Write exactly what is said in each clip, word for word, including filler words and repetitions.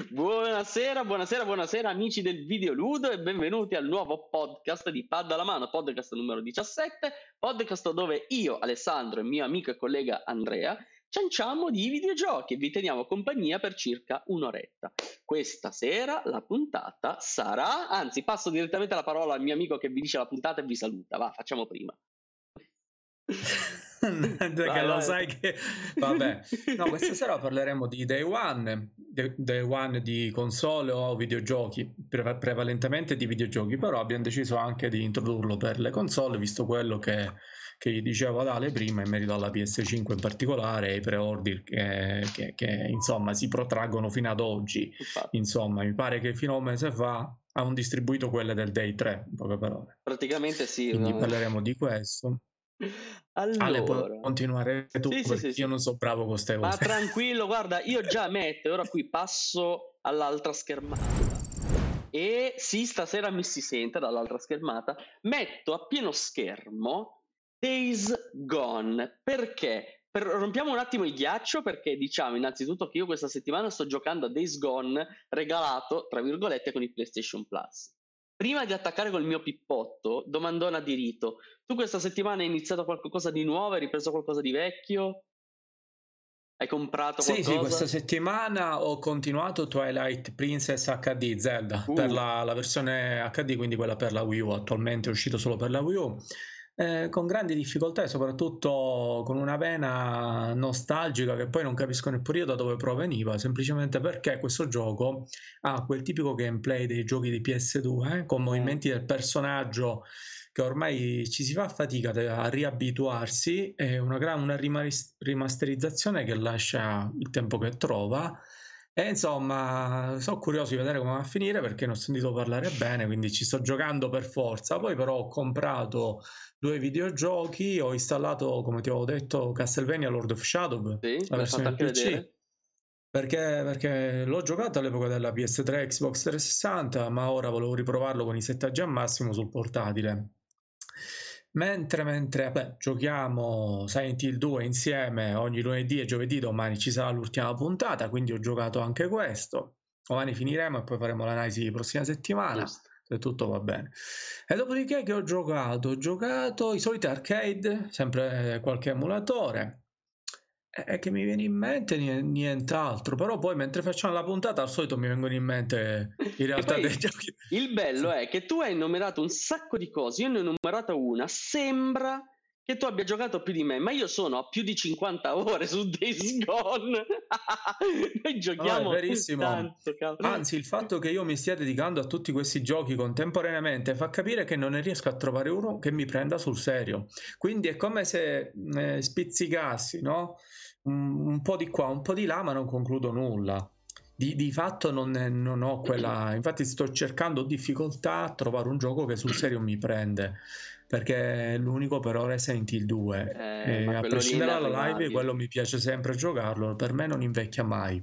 Buonasera, buonasera, buonasera amici del Videoludo e benvenuti al nuovo podcast di Pad alla mano, podcast numero diciassette, podcast dove io, Alessandro e mio amico e collega Andrea cianciamo di videogiochi e vi teniamo compagnia per circa un'oretta. Questa sera la puntata sarà, anzi passo direttamente la parola al mio amico che vi dice la puntata e vi saluta, va, facciamo prima. Vai, che vai. Lo sai che vabbè, no, questa sera parleremo di Day One, Day One di console o videogiochi, pre- prevalentemente di videogiochi, però abbiamo deciso anche di introdurlo per le console, visto quello che, che gli dicevo ad Ale prima in merito alla P S cinque in particolare e i pre-order che, che, che insomma si protraggono fino ad oggi. Infatti. Insomma, mi pare che fino a un mese fa hanno distribuito quelle del Day tre, in poche parole. Praticamente sì. Quindi no? parleremo di questo. Allora, Ale, puoi continuare tu, sì, perché sì, sì, io sì. non so bravo con queste cose. Ma tranquillo, guarda, io già metto, ora qui passo all'altra schermata. E sì, stasera mi si sente dall'altra schermata. Metto a pieno schermo Days Gone. Perché? Per, rompiamo un attimo il ghiaccio, perché diciamo innanzitutto che io questa settimana sto giocando a Days Gone regalato, tra virgolette, con il PlayStation Plus. Prima di attaccare col mio pippotto, domandona di rito: tu questa settimana hai iniziato qualcosa di nuovo? Hai ripreso qualcosa di vecchio? Hai comprato Sì, qualcosa? sì, questa settimana ho continuato Twilight Princess H D Zelda Uh. per la, la versione H D, quindi quella per la Wii U. Attualmente è uscito solo per la Wii U, eh, con grandi difficoltà e soprattutto con una vena nostalgica che poi non capisco neppure io da dove proveniva, semplicemente perché questo gioco ha quel tipico gameplay dei giochi di P S due, eh, con movimenti del personaggio che ormai ci si fa fatica a riabituarsi, è una, gran, una rimasterizzazione che lascia il tempo che trova. E insomma, sono curioso di vedere come va a finire perché ne ho sentito parlare bene, quindi ci sto giocando per forza. Poi però ho comprato due videogiochi, ho installato, come ti avevo detto, Castlevania Lord of Shadow, sì, la versione del P C. Vedere. Perché, perché l'ho giocato all'epoca della P S tre, Xbox trecentosessanta, ma ora volevo riprovarlo con i settaggi al massimo sul portatile. Mentre, mentre beh, giochiamo Silent Hill due insieme ogni lunedì e giovedì, domani ci sarà l'ultima puntata, quindi ho giocato anche questo. Domani finiremo e poi faremo l'analisi di prossima settimana, Just. se tutto va bene. E dopodiché che ho giocato? Ho giocato i soliti arcade, sempre qualche emulatore. E che mi viene in mente nient'altro, però poi mentre facciamo la puntata al solito mi vengono in mente in realtà dei giochi. Il bello sì. è che tu hai enumerato un sacco di cose, io ne ho enumerata una, sembra che tu abbia giocato più di me, ma io sono a più di cinquanta ore su Days Gone. Noi giochiamo no, è verissimo. tanto, cavolo. Anzi, il fatto che io mi stia dedicando a tutti questi giochi contemporaneamente fa capire che non ne riesco a trovare uno che mi prenda sul serio. Quindi è come se eh, spizzicassi, no? Un, un po' di qua, un po' di là, ma non concludo nulla. Di, di fatto non, non ho quella, infatti sto cercando difficoltà a trovare un gioco che sul serio mi prende, perché l'unico per ora è Silent Hill due, eh, e ma a quello lì prescindere dalla live inarrivabile. quello mi piace sempre giocarlo, per me non invecchia mai.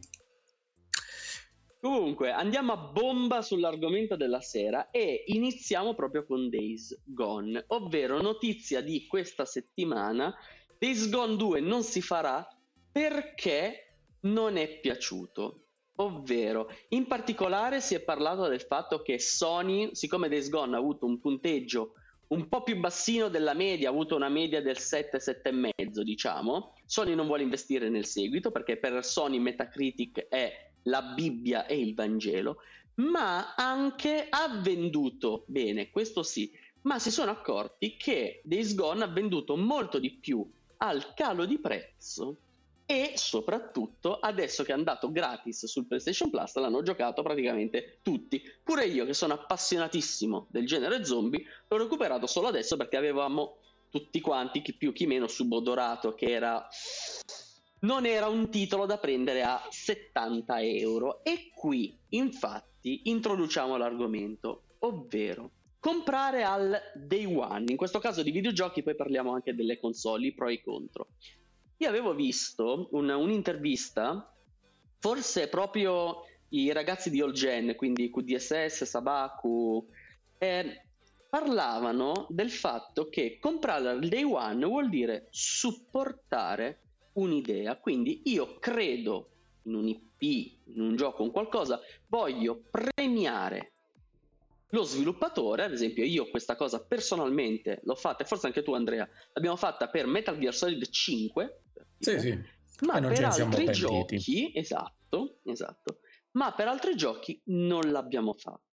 Comunque andiamo a bomba sull'argomento della sera e iniziamo proprio con Days Gone, ovvero notizia di questa settimana: Days Gone due non si farà perché non è piaciuto. Ovvero, in particolare si è parlato del fatto che Sony, siccome Days Gone ha avuto un punteggio un po' più bassino della media, ha avuto una media del sette, sette e mezzo, diciamo, Sony non vuole investire nel seguito perché per Sony Metacritic è la Bibbia e il Vangelo, ma anche ha venduto bene, questo sì, ma si sono accorti che Days Gone ha venduto molto di più al calo di prezzo. E soprattutto adesso che è andato gratis sul PlayStation Plus l'hanno giocato praticamente tutti. Pure io, che sono appassionatissimo del genere zombie, l'ho recuperato solo adesso perché avevamo tutti quanti, chi più chi meno, subodorato che era non era un titolo da prendere a settanta euro. E qui infatti introduciamo l'argomento, ovvero comprare al day one, in questo caso di videogiochi, poi parliamo anche delle console, i pro e i contro. Io avevo visto un, un'intervista, forse proprio i ragazzi di All Gen, quindi Q D S S, Sabaku, eh, parlavano del fatto che comprare al day one vuol dire supportare un'idea. Quindi io credo in un I P, in un gioco, in qualcosa, voglio premiare lo sviluppatore. Ad esempio, io questa cosa personalmente l'ho fatta, e forse anche tu Andrea, l'abbiamo fatta per Metal Gear Solid cinque, Sì, sì. ma e non per ce ne siamo altri pentiti. giochi, esatto, esatto, ma per altri giochi non l'abbiamo fatto.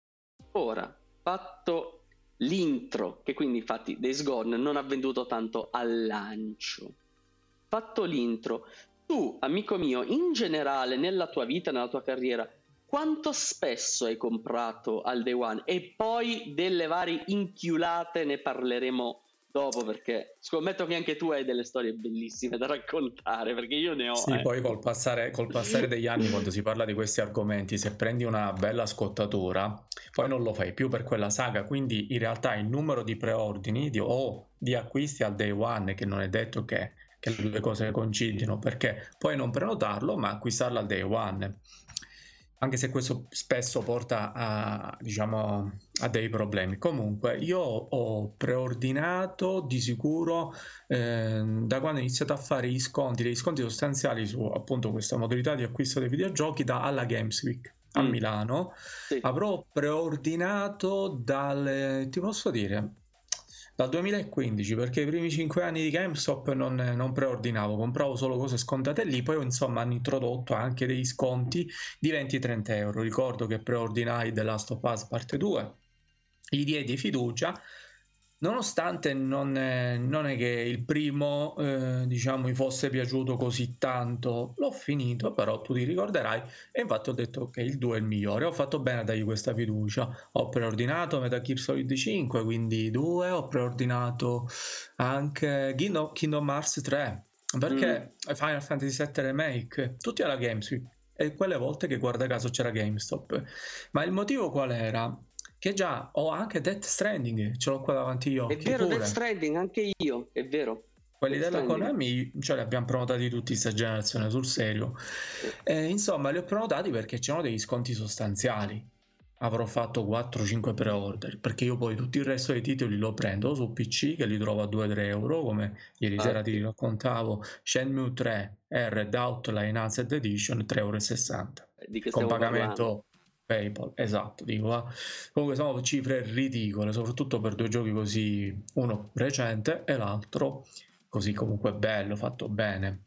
Ora, fatto l'intro, che quindi infatti Days Gone non ha venduto tanto al lancio, fatto l'intro, tu, amico mio, in generale nella tua vita, nella tua carriera, quanto spesso hai comprato al day one? E poi delle varie inchiulate ne parleremo dopo, perché scommetto che anche tu hai delle storie bellissime da raccontare, perché io ne ho. Sì, eh. poi col passare, col passare degli anni, quando si parla di questi argomenti, se prendi una bella scottatura, poi non lo fai più per quella saga, quindi in realtà il numero di preordini di, o di acquisti al day one, che non è detto che, che le due cose coincidino, perché puoi non prenotarlo, ma acquistarlo al day one. Anche se questo spesso porta a, diciamo, a dei problemi. Comunque, io ho preordinato di sicuro eh, da quando ho iniziato a fare gli sconti, degli sconti sostanziali su appunto questa modalità di acquisto dei videogiochi da alla Games Week a Mm. Milano. Sì. Avrò preordinato dal, ti posso dire, dal duemilaquindici, perché i primi cinque anni di GameStop non, non preordinavo, compravo solo cose scontate lì, poi insomma hanno introdotto anche degli sconti di venti trenta euro. Ricordo che preordinai The Last of Us parte due, gli diedi fiducia, nonostante non è, non è che il primo eh, diciamo mi fosse piaciuto così tanto. L'ho finito, però tu ti ricorderai, e infatti ho detto ok, il due è il migliore, ho fatto bene a dargli questa fiducia. Ho preordinato Metal Gear Solid cinque, quindi due, ho preordinato anche Kingdom, Kingdom Hearts tre, perché Mm. Final Fantasy sette Remake, tutti alla Games Week, e quelle volte che guarda caso c'era GameStop. Ma il motivo qual era? Che già ho anche Death Stranding, ce l'ho qua davanti agli È occhi vero, pure. Death Stranding, anche io, è vero. Quelli Death della Stranding. Konami ce li abbiamo prenotati tutti questa generazione, sul serio. Eh, insomma, li ho prenotati perché c'erano degli sconti sostanziali. Avrò fatto quattro cinque pre-order, perché io poi tutto il resto dei titoli lo prendo su P C, che li trovo a due tre euro, come ieri sera ti raccontavo, Shenmue tre e Redout la Enhanced Edition, tre euro e sessanta, Di che con stiamo parlando? pagamento PayPal, esatto, dico, va. Comunque sono cifre ridicole, soprattutto per due giochi così, uno recente e l'altro così comunque bello, fatto bene.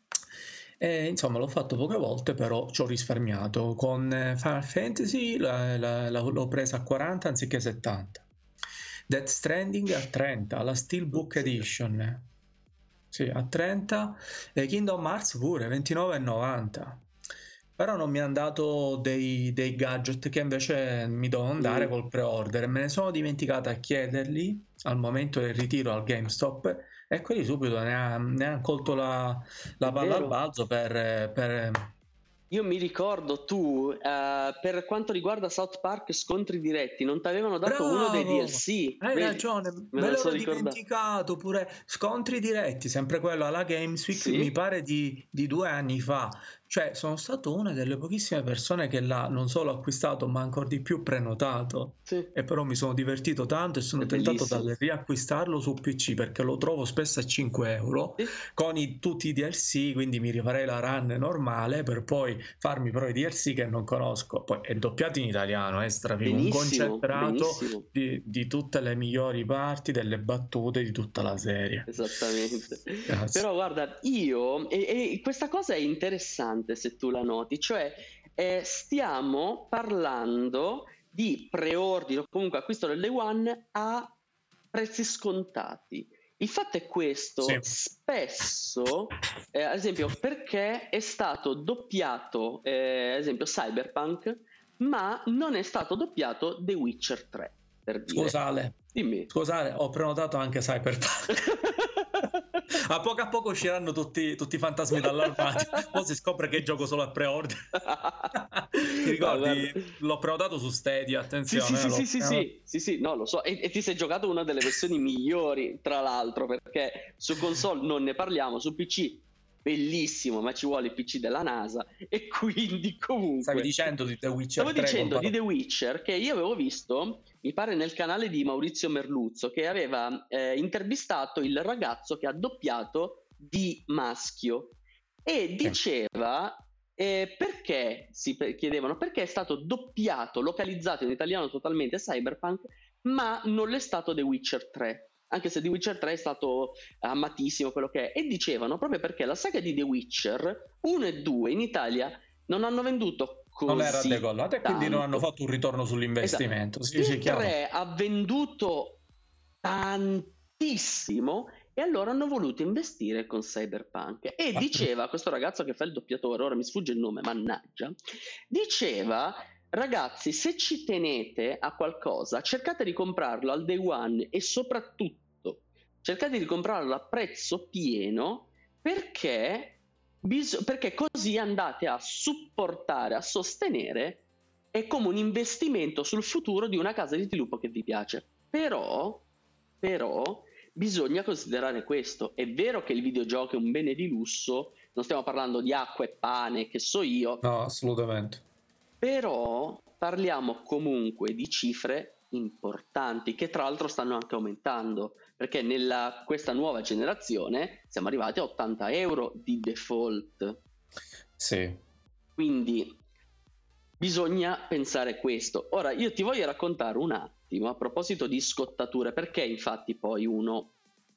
E, insomma, l'ho fatto poche volte, però ci ho risparmiato. Con eh, Final Fantasy la- la- la- l'ho presa a quaranta anziché settanta. Death Stranding a trenta, la Steelbook Edition, sì, a trenta, e Kingdom Hearts pure ventinove e novanta. Però non mi hanno dato dei, dei gadget che invece mi dovevano dare Mm. col pre-order, e me ne sono dimenticato a chiederli al momento del ritiro al GameStop, e quelli subito ne hanno ne colto la, la È palla al vero. balzo per, per... Io mi ricordo tu, eh, per quanto riguarda South Park scontri diretti, non ti avevano dato uno dei Bravo! D L C, Hai vedi? ragione, Me me lo so l'ero ricordato. dimenticato pure. Scontri diretti, sempre quello alla Games Week, mi Sì? pare di, di due anni fa. Cioè, sono stato una delle pochissime persone che l'ha non solo acquistato, ma ancora di più prenotato. Sì, E però mi sono divertito tanto e sono è tentato bellissimo. dal riacquistarlo su P C, perché lo trovo spesso a cinque euro Sì, con i- tutti i D L C, quindi mi rifarei la run normale per poi farmi però i D L C che non conosco. Poi è doppiato in italiano, è strafigo, un benissimo, concentrato benissimo. di, di tutte le migliori parti, delle battute di tutta la serie. Esattamente. Grazie. Però guarda, io, e, e questa cosa è interessante se tu la noti, cioè eh, stiamo parlando di preordine o comunque acquisto del day one a prezzi scontati. Il fatto è questo, Sì. spesso, eh, ad esempio, perché è stato doppiato, eh, ad esempio, Cyberpunk, ma non è stato doppiato The Witcher tre, per dire. Scusate, Dimmi. scusate, ho prenotato anche Cyberpunk. A poco a poco usciranno tutti, tutti i fantasmi dall'armadio. Poi si scopre che gioco solo a pre-order. Ti No, ricordi? guarda. L'ho prenotato su Stadia, Sì, sì, attenzione. eh, sì, sì, l'ho sì, prenotato- sì, sì, sì, no, lo so, e, e ti sei giocato una delle versioni migliori, tra l'altro, perché su console non ne parliamo, su P C bellissimo, ma ci vuole il P C della NASA, e quindi comunque... Stavi dicendo di The Witcher Stavo tre dicendo col di The Witcher che io avevo visto, mi pare nel canale di Maurizio Merluzzo, che aveva eh, intervistato il ragazzo che ha doppiato di maschio, e diceva eh, perché si chiedevano perché è stato doppiato, localizzato in italiano totalmente Cyberpunk, ma non l'è stato The Witcher tre, anche se The Witcher tre è stato amatissimo quello che è, e dicevano proprio perché la saga di The Witcher uno e due in Italia non hanno venduto così non era decollata e quindi non hanno tanto. fatto un ritorno sull'investimento. Esatto. Sì, sì, Il chiaro. tre ha venduto tantissimo e allora hanno voluto investire con Cyberpunk. E diceva questo ragazzo che fa il doppiatore, ora mi sfugge il nome, mannaggia, diceva: ragazzi, se ci tenete a qualcosa, cercate di comprarlo al day one e soprattutto cercate di comprarlo a prezzo pieno, perché Bis- perché così andate a supportare, a sostenere, è come un investimento sul futuro di una casa di sviluppo che vi piace. Però, però, bisogna considerare questo. È vero che il videogioco è un bene di lusso, non stiamo parlando di acqua e pane, che so io. No, assolutamente. Però parliamo comunque di cifre importanti, che tra l'altro stanno anche aumentando, perché nella questa nuova generazione siamo arrivati a ottanta euro di default. Sì. Quindi bisogna pensare questo. Ora io ti voglio raccontare un attimo a proposito di scottature, perché infatti poi uno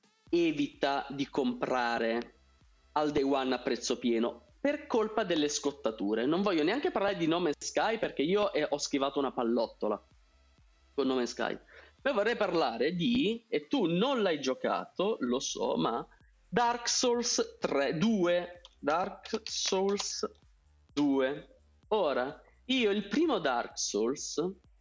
evita di comprare al day one a prezzo pieno per colpa delle scottature. Non voglio neanche parlare di No Man's Sky, perché io ho schivato una pallottola con No Man's Sky. Poi vorrei parlare di, e tu non l'hai giocato, lo so, ma Dark Souls tre, due. Dark Souls due. Ora, io il primo Dark Souls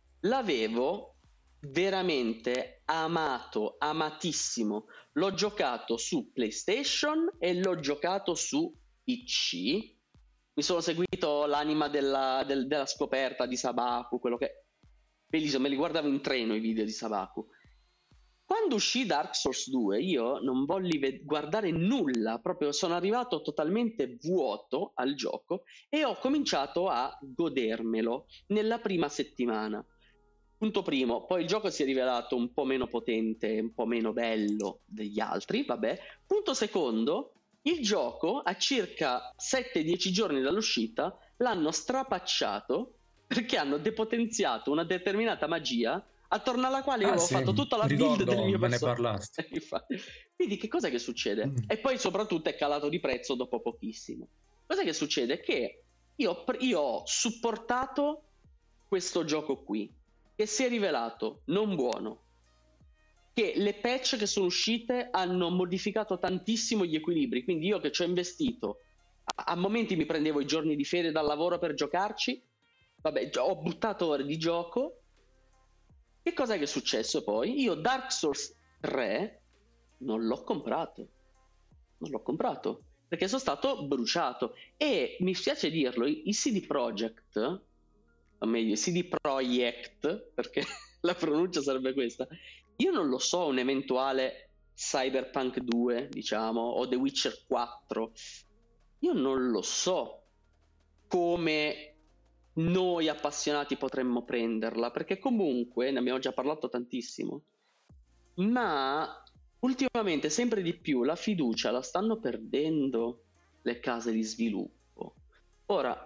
l'avevo veramente amato, amatissimo. L'ho giocato su PlayStation e l'ho giocato su P C. Mi sono seguito l'anima della, del, della scoperta di Sabaku, quello che... Bellissimo, me li guardavo in treno i video di Sabaku. Quando uscì Dark Souls due io non volli ved- guardare nulla, proprio sono arrivato totalmente vuoto al gioco e ho cominciato a godermelo nella prima settimana. Punto primo, poi il gioco si è rivelato un po' meno potente, un po' meno bello degli altri, vabbè. Punto secondo, il gioco a circa sette dieci giorni dall'uscita l'hanno strapacciato perché hanno depotenziato una determinata magia attorno alla quale io Ah, avevo sì, fatto tutta la ricordo, build del mio me ne personaggio. parlaste. Quindi che cosa che succede? Mm. E poi soprattutto è calato di prezzo dopo pochissimo. Cosa che succede? Che io, io ho supportato questo gioco qui, che si è rivelato non buono, che le patch che sono uscite hanno modificato tantissimo gli equilibri, quindi io che ci ho investito, a, a momenti mi prendevo i giorni di ferie dal lavoro per giocarci, vabbè, ho buttato ore di gioco. Che cosa è successo poi? Io Dark Souls tre non l'ho comprato, non l'ho comprato, perché sono stato bruciato, e mi spiace dirlo, i, i C D Projekt, o meglio i C D Projekt, perché la pronuncia sarebbe questa, io non lo so, un eventuale Cyberpunk due, diciamo, o The Witcher quattro, io non lo so come noi appassionati potremmo prenderla, perché comunque ne abbiamo già parlato tantissimo, ma ultimamente sempre di più la fiducia la stanno perdendo le case di sviluppo. Ora,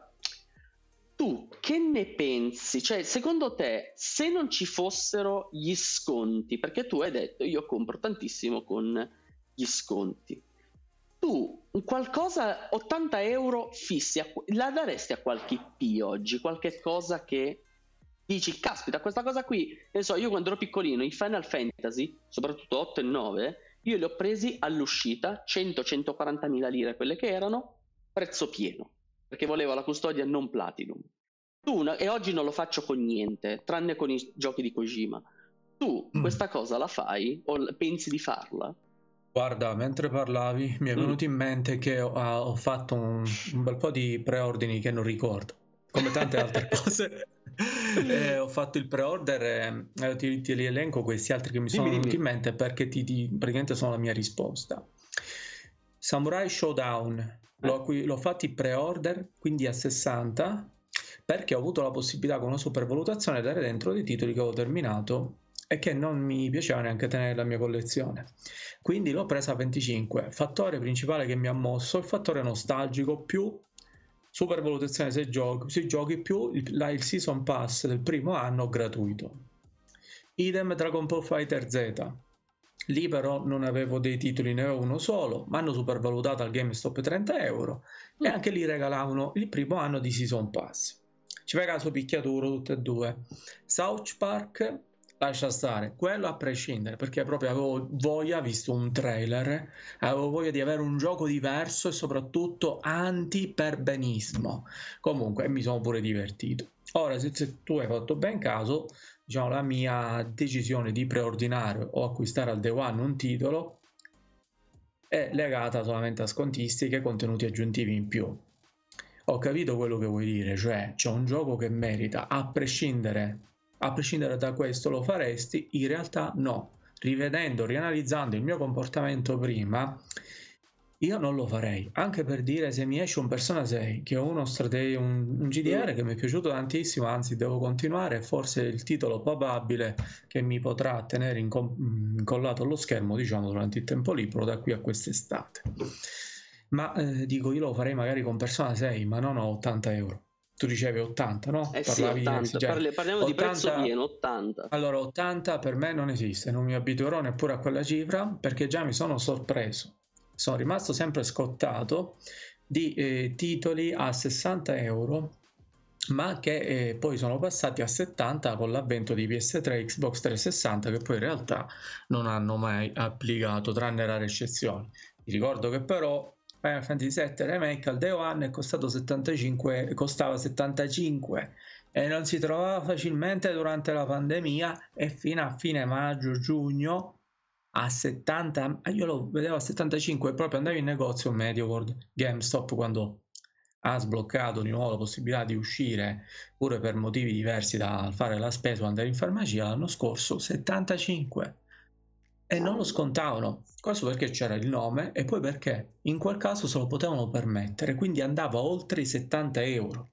tu che ne pensi? Cioè, secondo te, se non ci fossero gli sconti, perché tu hai detto io compro tantissimo con gli sconti, tu qualcosa, ottanta euro fissi, a, la daresti a qualche I P oggi? Qualche cosa che dici, caspita, questa cosa qui, ne so, io quando ero piccolino, i Final Fantasy, soprattutto otto e nove, io li ho presi all'uscita, cento centoquaranta mila lire, quelle che erano, prezzo pieno, perché volevo la custodia non Platinum. Tu, e oggi non lo faccio con niente, tranne con i giochi di Kojima. Tu Mm. questa cosa la fai o pensi di farla? Guarda, mentre parlavi mi è venuto Mm. in mente che ho, ho fatto un, un bel po' di preordini che non ricordo, come tante altre cose. Eh, ho fatto il pre-order e eh, ti, ti li elenco questi altri che mi sono Dimmi, venuti in dimmi. mente perché ti, ti- praticamente sono la mia risposta. Samurai Showdown, l'ho, Eh. acqui- l'ho fatti pre-order, quindi a sessanta, perché ho avuto la possibilità con una supervalutazione di dare dentro dei titoli che avevo terminato e che non mi piaceva neanche tenere nella mia collezione. Quindi l'ho presa a venticinque. Fattore principale che mi ha mosso il fattore nostalgico più supervalutazione se giochi, se giochi più il, la, il season pass del primo anno gratuito. Idem Dragon Ball Fighter Z. Lì però non avevo dei titoli, ne avevo uno solo, ma hanno supervalutato al GameStop trenta euro mm. e anche lì regalavano il primo anno di season pass. Ci fai caso, picchiaduro tutte e due. South Park, lascia stare, quello a prescindere, perché proprio avevo voglia, visto un trailer, avevo voglia di avere un gioco diverso e soprattutto anti-perbenismo. Comunque mi sono pure divertito. Ora, se, se tu hai fatto ben caso, diciamo, la mia decisione di preordinare o acquistare al day one un titolo è legata solamente a scontistiche e contenuti aggiuntivi in più. Ho capito quello che vuoi dire, cioè c'è un gioco che merita, a prescindere, a prescindere da questo lo faresti? In realtà no. Rivedendo, rianalizzando il mio comportamento prima, io non lo farei, anche per dire, se mi esce un Persona sei, che è uno strate- un, un G D R che mi è piaciuto tantissimo, anzi devo continuare, forse il titolo probabile che mi potrà tenere inco- incollato allo schermo, diciamo, durante il tempo libero da qui a quest'estate. Ma eh, dico, io lo farei magari con Persona sei, ma non a ottanta euro. Tu dicevi ottanta, no? Eh sì, Parlavi ottanta. Parli, parliamo ottanta, di prezzo pieno, ottanta. Allora, ottanta per me non esiste, non mi abituerò neppure a quella cifra, perché già mi sono sorpreso. Sono rimasto sempre scottato di eh, titoli a sessanta euro, ma che eh, poi sono passati a settanta con l'avvento di P S tre e Xbox trecentosessanta, che poi in realtà non hanno mai applicato, tranne rare eccezioni. Vi ricordo che però Final Fantasy sette Remake al day one è costato settantacinque, costava settantacinque e non si trovava facilmente durante la pandemia, e fino a fine maggio-giugno a settanta, io lo vedevo a settantacinque, proprio andavo in negozio MediaWorld, GameStop, quando ha sbloccato di nuovo la possibilità di uscire pure per motivi diversi da fare la spesa o andare in farmacia l'anno scorso, settantacinque, e non lo scontavano. Questo perché c'era il nome e poi perché in quel caso se lo potevano permettere, quindi andava oltre i settanta euro.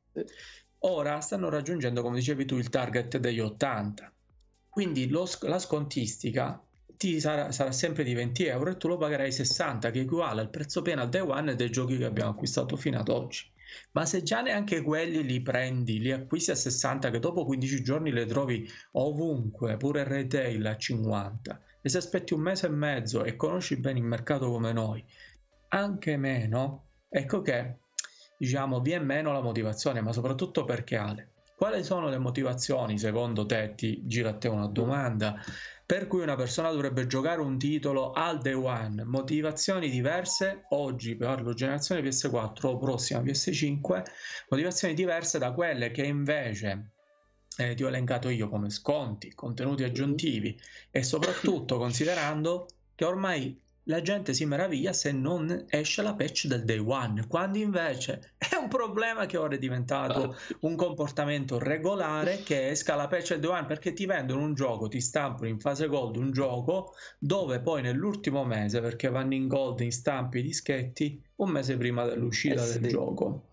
Ora stanno raggiungendo, come dicevi tu, il target degli ottanta, quindi lo, la scontistica ti sarà, sarà sempre di venti euro e tu lo pagherai sessanta, che equivale al prezzo pieno al day one dei giochi che abbiamo acquistato fino ad oggi. Ma se già neanche quelli li prendi, li acquisti a sessanta, che dopo quindici giorni le trovi ovunque, pure retail a cinquanta, e se aspetti un mese e mezzo e conosci bene il mercato come noi, anche meno, ecco che, diciamo, vi è meno la motivazione. Ma soprattutto perché, Ale, quali sono le motivazioni, secondo te, ti gira a te una domanda, per cui una persona dovrebbe giocare un titolo al day one? Motivazioni diverse, oggi parlo generazione P S quattro o prossima P S cinque, motivazioni diverse da quelle che invece eh, ti ho elencato io, come sconti, contenuti aggiuntivi, e soprattutto considerando che ormai la gente si meraviglia se non esce la patch del day one, quando invece è un problema che ora è diventato un comportamento regolare, che esca la patch del day one, perché ti vendono un gioco, ti stampano in fase gold un gioco dove poi nell'ultimo mese, perché vanno in gold in stampi e dischetti un mese prima dell'uscita eh sì. del gioco,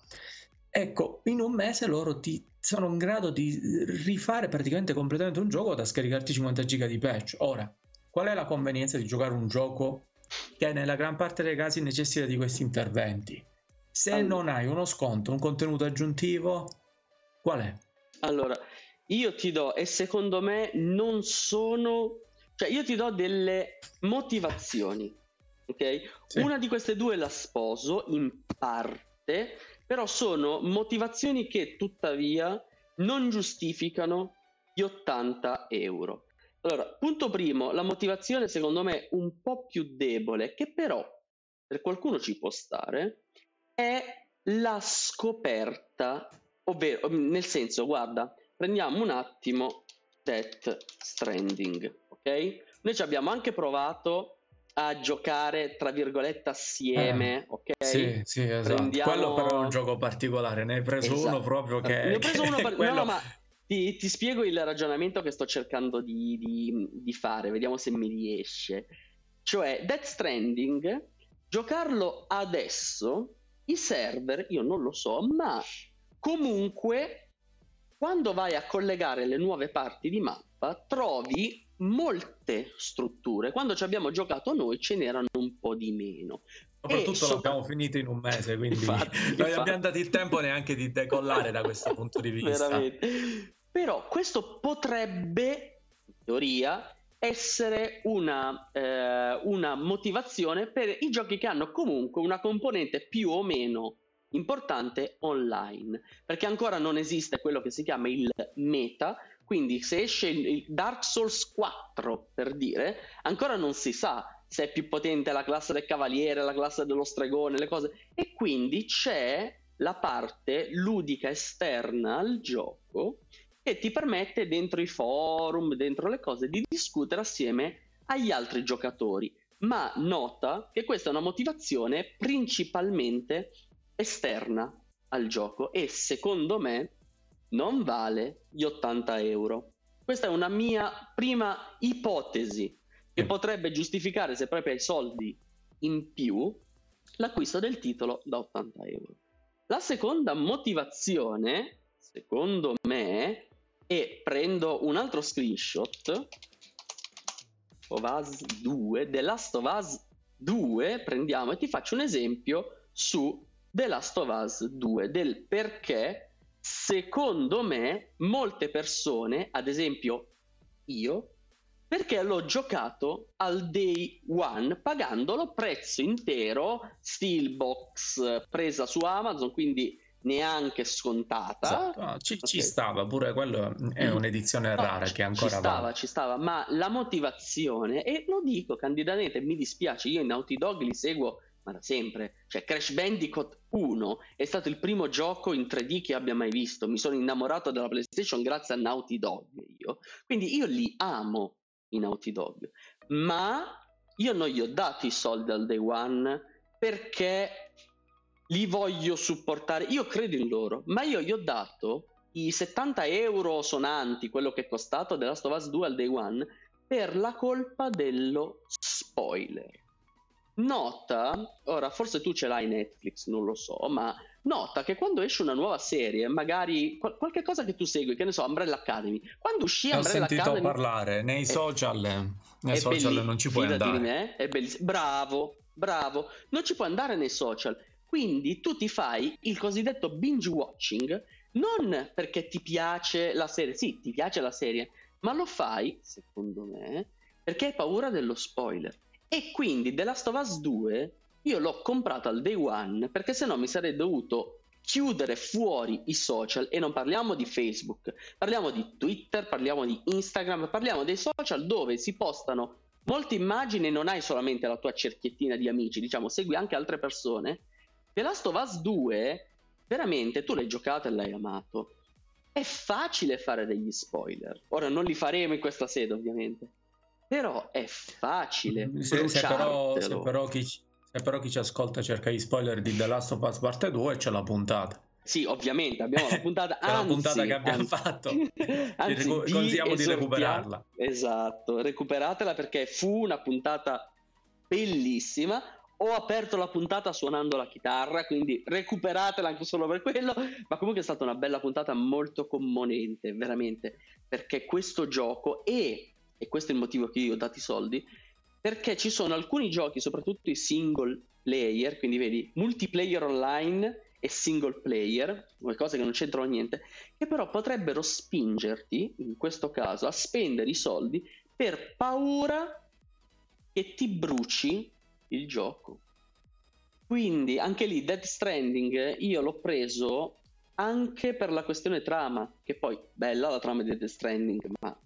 ecco, in un mese loro ti sono in grado di rifare praticamente completamente un gioco da scaricarti cinquanta giga di patch. Ora, qual è la convenienza di giocare un gioco che nella gran parte dei casi necessita di questi interventi? Se allora, non hai uno sconto, un contenuto aggiuntivo, qual è? Allora, io ti do, e secondo me non sono, cioè io ti do delle motivazioni, ok? Sì. Una di queste due la sposo in parte, però sono motivazioni che tuttavia non giustificano gli ottanta euro. Allora, punto primo, la motivazione secondo me un po' più debole, che però per qualcuno ci può stare, è la scoperta, ovvero, nel senso, guarda, prendiamo un attimo Death Stranding, ok? Noi ci abbiamo anche provato a giocare tra virgolette assieme, eh, ok? Sì, sì, esatto. Prendiamo... Quello però è un gioco particolare, ne hai preso esatto. uno proprio che... Ne ho preso che uno per... quello... No, ma ti, ti spiego il ragionamento che sto cercando di, di, di fare, vediamo se mi riesce. Cioè, Death Stranding, giocarlo adesso, i server, io non lo so, ma comunque quando vai a collegare le nuove parti di mappa trovi molte strutture. Quando ci abbiamo giocato noi ce n'erano un po' di meno. Soprattutto so... l'abbiamo finito in un mese, quindi infatti, non infatti. abbiamo dato il tempo neanche di decollare da questo punto di vista. Veramente. Però questo potrebbe, in teoria, essere una, eh, una motivazione per i giochi che hanno comunque una componente più o meno importante online, perché ancora non esiste quello che si chiama il meta. Quindi se esce il Dark Souls quattro, per dire, ancora non si sa se è più potente la classe del cavaliere, la classe dello stregone, le cose, e quindi c'è la parte ludica esterna al gioco che ti permette dentro i forum, dentro le cose, di discutere assieme agli altri giocatori. Ma nota che questa è una motivazione principalmente esterna al gioco e secondo me non vale gli ottanta euro. Questa è una mia prima ipotesi che potrebbe giustificare, se proprio hai soldi in più, l'acquisto del titolo da ottanta euro. La seconda motivazione, secondo me, e prendo un altro screenshot, of Us due, The Last of Us due, prendiamo e ti faccio un esempio su The Last of Us due, del perché secondo me molte persone, ad esempio io, perché l'ho giocato al day one pagandolo prezzo intero, Steelbox presa su Amazon, quindi neanche scontata. Esatto. No, ci, okay. ci stava pure, quello è un'edizione no, rara ci, che ancora ci stava, va. ci stava, ma la motivazione, e lo dico candidamente, mi dispiace, io i Naughty Dog li seguo ma da sempre, cioè Crash Bandicoot uno è stato il primo gioco in tre D che abbia mai visto, mi sono innamorato della PlayStation grazie a Naughty Dog io, quindi io li amo i Naughty Dog, ma io non gli ho dato i soldi al day one perché li voglio supportare, io credo in loro, ma io gli ho dato i settanta euro sonanti, quello che è costato The Last of Us due al day one, per la colpa dello spoiler. Nota, ora forse tu ce l'hai Netflix, non lo so, ma nota che quando esce una nuova serie, magari qual- qualche cosa che tu segui, che ne so, Umbrella Academy, quando uscì Ne ho Umbrella sentito Academy parlare nei è- social, nei è social belli- non ci puoi fidati di andare. me, è bellissimo. Bravo, bravo, non ci puoi andare nei social, quindi tu ti fai il cosiddetto binge watching, non perché ti piace la serie, sì, ti piace la serie, ma lo fai, secondo me, perché hai paura dello spoiler. E quindi The Last of Us due io l'ho comprato al day one perché sennò mi sarei dovuto chiudere fuori i social, e non parliamo di Facebook, parliamo di Twitter, parliamo di Instagram, parliamo dei social dove si postano molte immagini e non hai solamente la tua cerchiettina di amici, diciamo, segui anche altre persone. The Last of Us due, veramente, tu l'hai giocato e l'hai amato, è facile fare degli spoiler, ora non li faremo in questa sede ovviamente, però è facile se, se, però, se, bruciartelo. però chi, se però chi ci ascolta cerca gli spoiler di The Last of Us parte due, c'è la puntata. Sì, ovviamente abbiamo la puntata, c'è anzi, la puntata che abbiamo anzi, fatto. anzi, Recu- vi consigliamo di esortiamo- recuperarla. Esatto, recuperatela perché fu una puntata bellissima. Ho aperto la puntata suonando la chitarra, quindi recuperatela anche solo per quello, ma comunque è stata una bella puntata molto commonente, veramente, perché questo gioco, e, e questo è il motivo che io ho dato i soldi, perché ci sono alcuni giochi, soprattutto i single player, quindi vedi, multiplayer online e single player, cose che non c'entrano niente, che però potrebbero spingerti, in questo caso, a spendere i soldi per paura che ti bruci il gioco. Quindi anche lì Death Stranding io l'ho preso anche per la questione trama, che poi bella la trama di Death Stranding, ma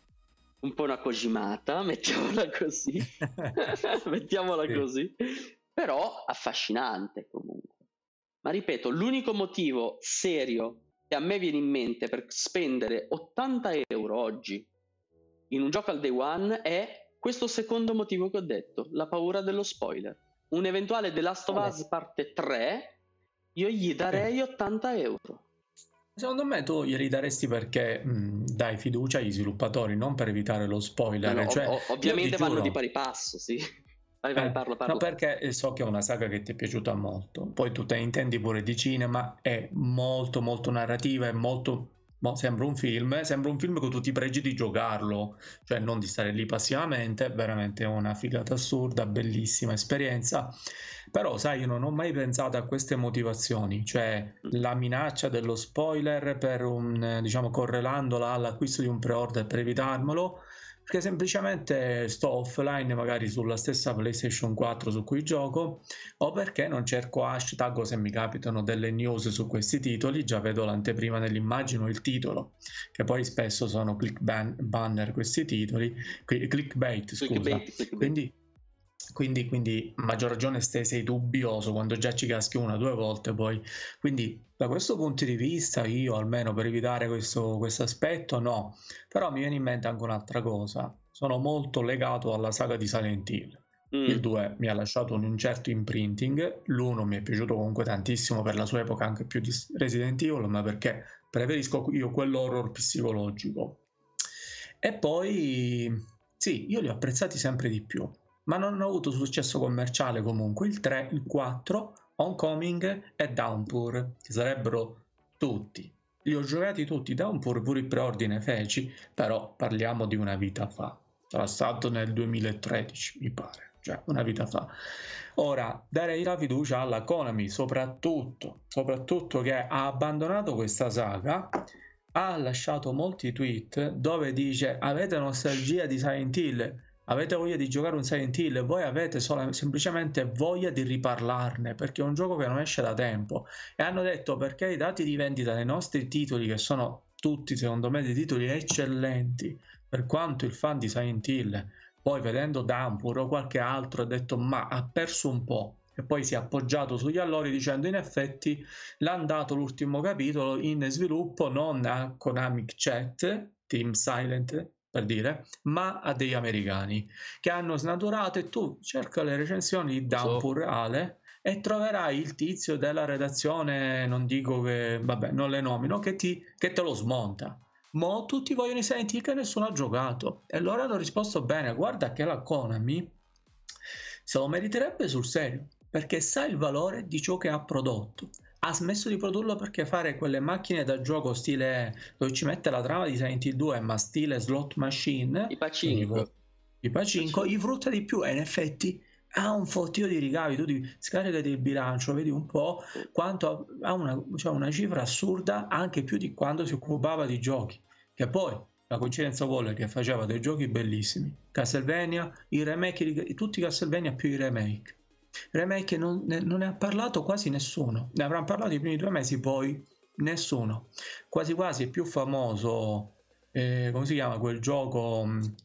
un po' una cojimata, mettiamola così. mettiamola Sì. così, però affascinante comunque. Ma ripeto, l'unico motivo serio che a me viene in mente per spendere ottanta euro oggi in un gioco al day one è questo secondo motivo che ho detto, la paura dello spoiler. Un eventuale The Last of Us parte tre, io gli darei ottanta euro. Secondo me tu glieli daresti perché mh, dai fiducia agli sviluppatori, non per evitare lo spoiler. No, no, cioè, ov- ovviamente vanno giuro, di pari passo, sì. Vai, vai, eh, parlo, parlo. no, perché so che è una saga che ti è piaciuta molto. Poi tu te ne intendi pure di cinema, è molto molto narrativa, è molto Boh, sembra un film, sembra un film con tutti i pregi di giocarlo, cioè non di stare lì passivamente, è veramente una figata assurda, bellissima esperienza. Però, sai, io non ho mai pensato a queste motivazioni, cioè la minaccia dello spoiler per un, eh, diciamo, correlandola all'acquisto di un pre-order per evitarmelo, perché semplicemente sto offline magari sulla stessa PlayStation quattro su cui gioco, o perché non cerco hashtag o se mi capitano delle news su questi titoli, già vedo l'anteprima nell'immagine o il titolo, che poi spesso sono click ban- banner questi titoli, clickbait, scusa. Clickbait, clickbait. Quindi, quindi, quindi a maggior ragione stai, sei dubbioso quando già ci caschi una o due volte poi. Quindi da questo punto di vista io, almeno per evitare questo aspetto, no. Però mi viene in mente anche un'altra cosa. Sono molto legato alla saga di Silent Hill. Mm. Il due mi ha lasciato un certo imprinting, l'uno mi è piaciuto comunque tantissimo per la sua epoca, anche più di Resident Evil, ma perché preferisco io quell'horror psicologico. E poi sì, io li ho apprezzati sempre di più, ma non hanno avuto successo commerciale comunque il tre, il quattro, Homecoming e Downpour, che sarebbero tutti. Li ho giocati tutti, Downpour pure il preordine feci, però parliamo di una vita fa. Sarà stato nel duemilatredici, mi pare, cioè una vita fa. Ora, darei la fiducia alla Konami, soprattutto, soprattutto che ha abbandonato questa saga, ha lasciato molti tweet dove dice avete nostalgia di Silent Hill, avete voglia di giocare un Silent Hill, voi avete solo, semplicemente voglia di riparlarne, perché è un gioco che non esce da tempo. E hanno detto perché i dati di vendita dei nostri titoli, che sono tutti secondo me dei titoli eccellenti, per quanto il fan di Silent Hill poi vedendo Downpour o qualche altro ha detto ma ha perso un po', e poi si è appoggiato sugli allori dicendo in effetti l'hanno dato l'ultimo capitolo in sviluppo non a Konami Chat, Team Silent per dire, ma a degli americani che hanno snaturato. E tu cerca le recensioni di Downpour, Ale, e troverai il tizio della redazione, non dico che, vabbè, non le nomino, che, ti, che te lo smonta. Mo tutti vogliono i Silent Hill che nessuno ha giocato, e loro hanno risposto bene, guarda che la Konami se lo meriterebbe sul serio, perché sa il valore di ciò che ha prodotto. Ha smesso di produrlo perché fare quelle macchine da gioco stile dove ci mette la trama di Silent Hill due, ma stile slot machine, i pacinco, i pacinco, gli frutta di più, e in effetti ha un fottio di ricavi. Tu ti scaricati il bilancio, vedi un po' quanto ha una, cioè una cifra assurda, anche più di quando si occupava di giochi, che poi la coincidenza vuole che faceva dei giochi bellissimi, Castlevania, i remake, tutti i Castlevania più i remake remake non ne, non ne ha parlato quasi nessuno, ne avranno parlato i primi due mesi, poi nessuno. Quasi quasi è più famoso, eh, come si chiama quel gioco,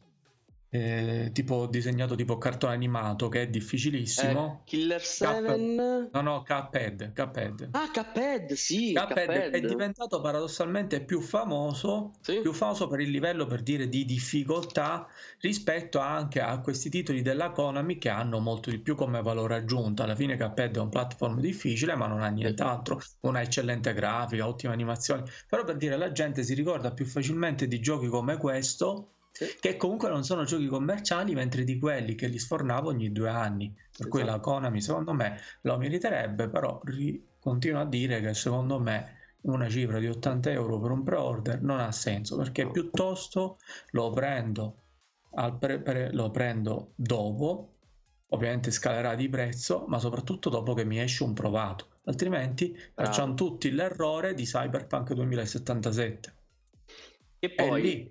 eh, tipo disegnato tipo cartone animato, che è difficilissimo, eh, Killer seven. no no Cuphead, Cuphead. Ah, Cuphead, sì, Cuphead, Cuphead è diventato paradossalmente più famoso, sì. più famoso per il livello, per dire, di difficoltà rispetto anche a questi titoli della Konami che hanno molto di più come valore aggiunto. Alla fine Cuphead è un platform difficile, ma non ha nient'altro, una eccellente grafica, ottime animazioni, però per dire, la gente si ricorda più facilmente di giochi come questo, sì. che comunque non sono giochi commerciali, mentre di quelli che li sfornava ogni due anni, per esatto. cui la Konami secondo me lo meriterebbe, però ri- continuo a dire che secondo me una cifra di ottanta euro per un pre-order non ha senso, perché piuttosto lo prendo, al pre- pre- lo prendo dopo, ovviamente scalerà di prezzo, ma soprattutto dopo che mi esce un provato, altrimenti Bravo. facciamo tutti l'errore di Cyberpunk duemilasettantasette. E poi... lì...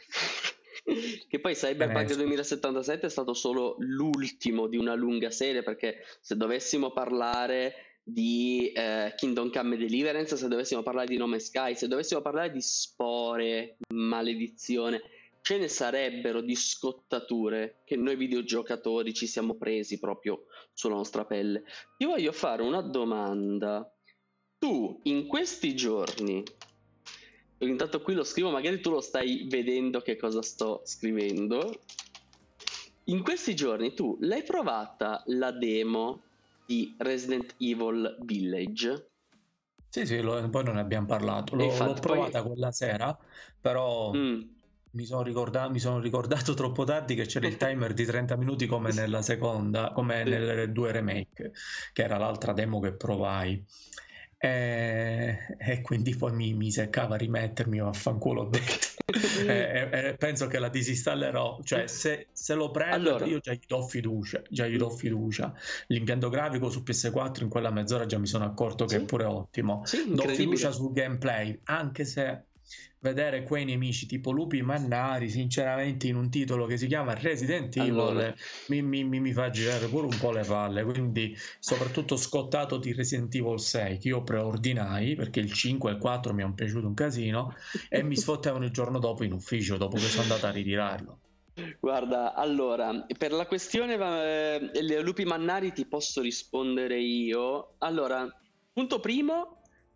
che poi Cyberpunk duemilasettantasette è stato solo l'ultimo di una lunga serie, perché se dovessimo parlare di eh, Kingdom Come Deliverance, se dovessimo parlare di No Man's Sky, se dovessimo parlare di Spore, maledizione, ce ne sarebbero di scottature che noi videogiocatori ci siamo presi proprio sulla nostra pelle. Ti voglio fare una domanda. Tu in questi giorni, intanto qui lo scrivo, magari tu lo stai vedendo che cosa sto scrivendo. In questi giorni tu l'hai provata la demo di Resident Evil Village? Sì, sì, lo, poi non ne abbiamo parlato. L'ho, infatti, l'ho provata poi... quella sera, però mm. mi, sono ricordato, mi sono ricordato troppo tardi che c'era il timer di trenta minuti come nella seconda, come sì. nelle due remake, che era l'altra demo che provai. e, e quindi poi mi, mi seccava a rimettermi, vaffanculo, ho detto. e, e, e penso che la disinstallerò, cioè se, se lo prendo Allora. io già gli do fiducia, già gli do fiducia. L'impianto grafico su P S quattro in quella mezz'ora già mi sono accorto che Sì? è pure ottimo. Sì, Do fiducia incredibile. sul gameplay, anche se vedere quei nemici tipo lupi mannari, sinceramente, in un titolo che si chiama Resident Evil, Allora. mi, mi, mi fa girare pure un po' le palle. Quindi, soprattutto scottato di Resident Evil sei, che io preordinai perché il cinque e il quattro mi hanno piaciuto un casino, e mi sfottevano il giorno dopo in ufficio, dopo che sono andato a ritirarlo. Guarda, allora, per la questione eh, le lupi mannari ti posso rispondere io. Allora, punto primo.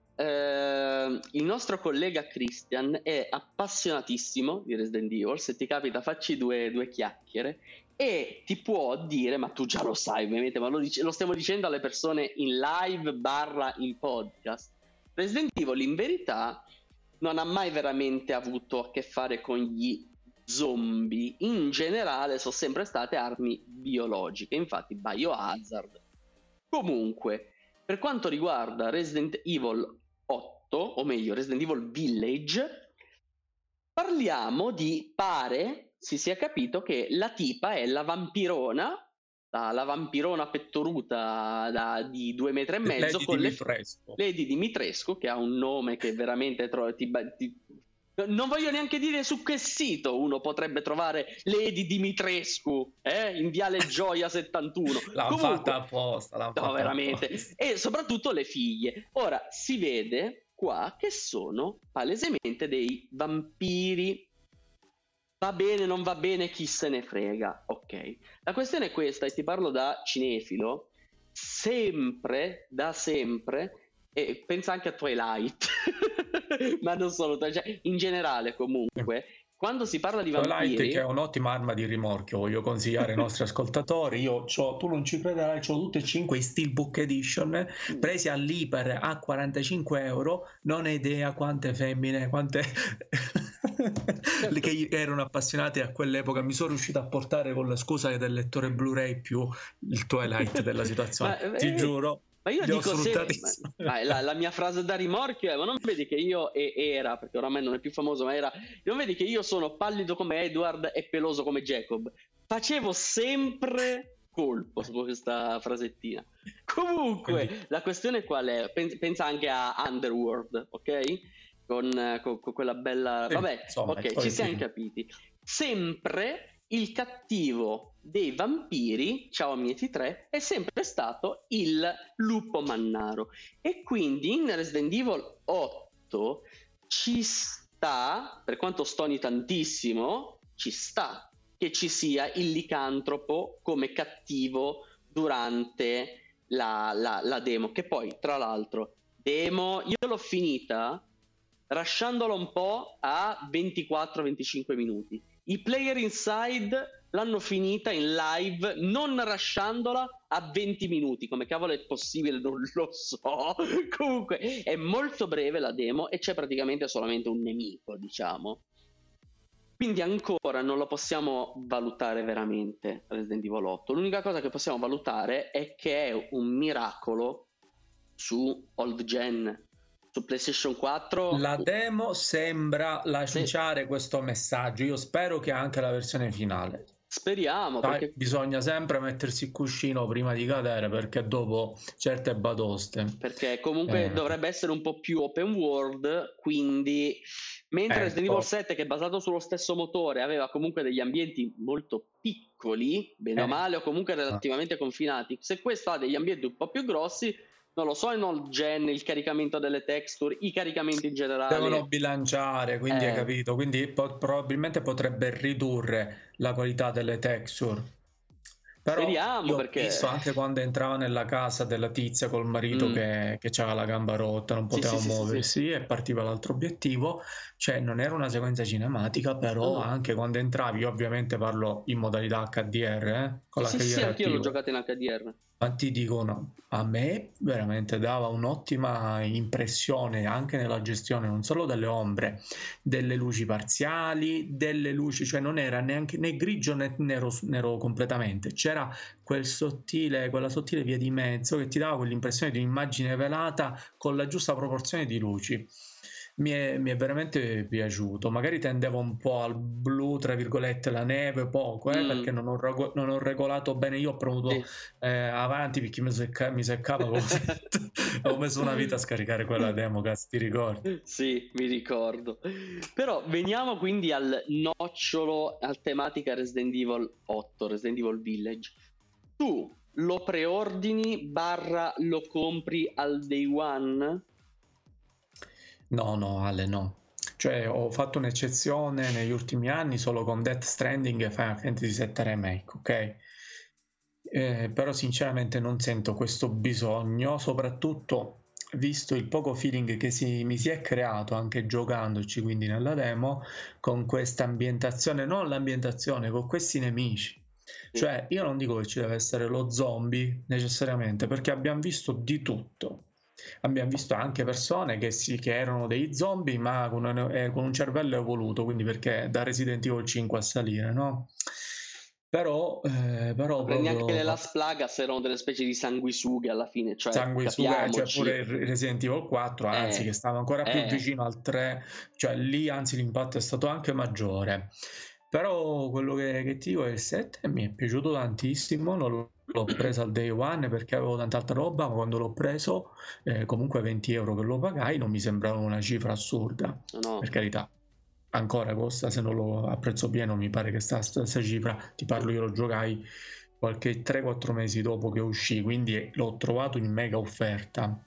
Uh, il nostro collega Christian è appassionatissimo di Resident Evil. Se ti capita, facci due, due chiacchiere e ti può dire, ma tu già lo sai ovviamente, ma lo, dice, lo stiamo dicendo alle persone in live barra in podcast. Resident Evil in verità non ha mai veramente avuto a che fare con gli zombie. In generale sono sempre state armi biologiche, infatti Biohazard. Comunque, per quanto riguarda Resident Evil otto, o meglio Resident Evil Village, parliamo di, pare si sia capito che la tipa è la vampirona, la, la vampirona pettoruta da, di due metri e mezzo, Lady con Dimitrescu. le Lady Dimitrescu, che ha un nome che veramente tro- ti, ti, non voglio neanche dire su che sito uno potrebbe trovare Lady Dimitrescu, eh? In Viale Gioia settantuno. L'hanno fatta apposta, l'hanno no, fatta veramente. apposta. E soprattutto le figlie. Ora si vede qua che sono palesemente dei vampiri. Va bene, non va bene, chi se ne frega. Ok. La questione è questa, e ti parlo da cinefilo. Sempre, da sempre, e pensa anche a Twilight, ma non solo, cioè, in generale comunque, quando si parla di vampiri... Twilight, che è un'ottima arma di rimorchio, voglio consigliare ai nostri ascoltatori. Io c'ho, tu non ci crederai, ho tutte e cinque i Steelbook Edition presi all'Iper a quarantacinque euro. Non hai idea quante femmine, quante che erano appassionate a quell'epoca. Mi sono riuscito a portare, con la scusa del lettore Blu-ray, più il Twilight della situazione. Ma, ti eh, giuro. Ma io dico sempre, ma, la, la mia frase da rimorchio è: ma non vedi che io e, era, perché oramai non è più famoso, ma era, non vedi che io sono pallido come Edward e peloso come Jacob? Facevo sempre colpo su questa frasettina. Comunque, quindi, la questione qual è? Pensa anche a Underworld, ok? Con, con, con quella bella... Sì, vabbè, insomma, ok, ci siamo capiti. Sempre il cattivo dei vampiri, ciao Mieti tre, è sempre stato il lupo mannaro, e quindi in Resident Evil otto ci sta, per quanto stoni tantissimo, ci sta che ci sia il licantropo come cattivo durante la, la, la demo, che poi tra l'altro demo io l'ho finita rasciandola un po' a ventiquattro venticinque minuti. I player inside l'hanno finita in live non rasciandola a venti minuti. Come cavolo è possibile? Non lo so. Comunque è molto breve la demo e c'è praticamente solamente un nemico, diciamo. Quindi ancora non lo possiamo valutare veramente Resident Evil otto. L'unica cosa che possiamo valutare è che è un miracolo su old gen. Su PlayStation quattro la demo sembra lanciare sì. questo messaggio. Io spero che anche la versione finale. Speriamo. Dai, perché... bisogna sempre mettersi il cuscino prima di cadere, perché dopo certe batoste. Perché comunque eh. dovrebbe essere un po' più open world, quindi mentre ecco. Resident Evil sette, che è basato sullo stesso motore, aveva comunque degli ambienti molto piccoli, bene eh. o male, o comunque relativamente ah. confinati. Se questo ha degli ambienti un po' più grossi, non lo so, in old gen, il caricamento delle texture, i caricamenti in generale devono bilanciare, quindi eh. hai capito, quindi po- probabilmente potrebbe ridurre la qualità delle texture. Però speriamo, io perché ho visto anche quando entrava nella casa della tizia col marito mm. che, che aveva la gamba rotta, non poteva sì, muoversi sì, sì, sì. e partiva l'altro obiettivo, cioè non era una sequenza cinematica, però no. anche quando entravi, io ovviamente parlo in modalità H D R, eh, con sì, l'H D R sì, attivo. anch'io l'ho giocato in H D R. Ma ti dico, no, a me veramente dava un'ottima impressione anche nella gestione non solo delle ombre, delle luci parziali, delle luci, cioè non era neanche né grigio né nero, nero completamente, c'era quel sottile, quella sottile via di mezzo che ti dava quell'impressione di un'immagine velata con la giusta proporzione di luci. Mi è, mi è veramente piaciuto. Magari tendevo un po' al blu, tra virgolette, la neve, poco, eh, Mm, perché non ho, rego- non ho regolato bene. Io ho premuto sì. eh, avanti perché mi, secca- mi seccava così. Ho messo una vita a scaricare quella demo, cazzo, ti ricordi? Sì, mi ricordo. Però veniamo quindi al nocciolo, al tematica Resident Evil otto, Resident Evil Village. Tu lo preordini barra lo compri al day one? No, no, Ale, no. Cioè, ho fatto un'eccezione negli ultimi anni solo con Death Stranding e Final Fantasy sette Remake, ok? Eh, però sinceramente non sento questo bisogno, soprattutto visto il poco feeling che si, mi si è creato anche giocandoci, quindi nella demo, con questa ambientazione, non l'ambientazione, con questi nemici. Sì. Cioè, io non dico che ci deve essere lo zombie necessariamente, perché abbiamo visto di tutto. Abbiamo visto anche persone che, sì, che erano dei zombie, ma con un, eh, con un cervello evoluto, quindi perché da Resident Evil cinque a salire, no? Però, eh, però Prendi anche le proprio Las Plagas, erano delle specie di sanguisughe alla fine, cioè sanguisuga, cioè pure capiamoci. il Resident Evil quattro, anzi, che Eh, stava ancora più eh, vicino al tre, cioè lì anzi l'impatto è stato anche maggiore. Però quello che, che ti dico è il sette mi è piaciuto tantissimo, non l'ho preso al day one perché avevo tanta altra roba, ma quando l'ho preso, eh, comunque venti euro che lo pagai non mi sembrava una cifra assurda, no, per carità. Ancora costa, se non lo a prezzo pieno mi pare che sta questa cifra, ti parlo, io lo giocai qualche tre quattro mesi dopo che uscì, quindi l'ho trovato in mega offerta.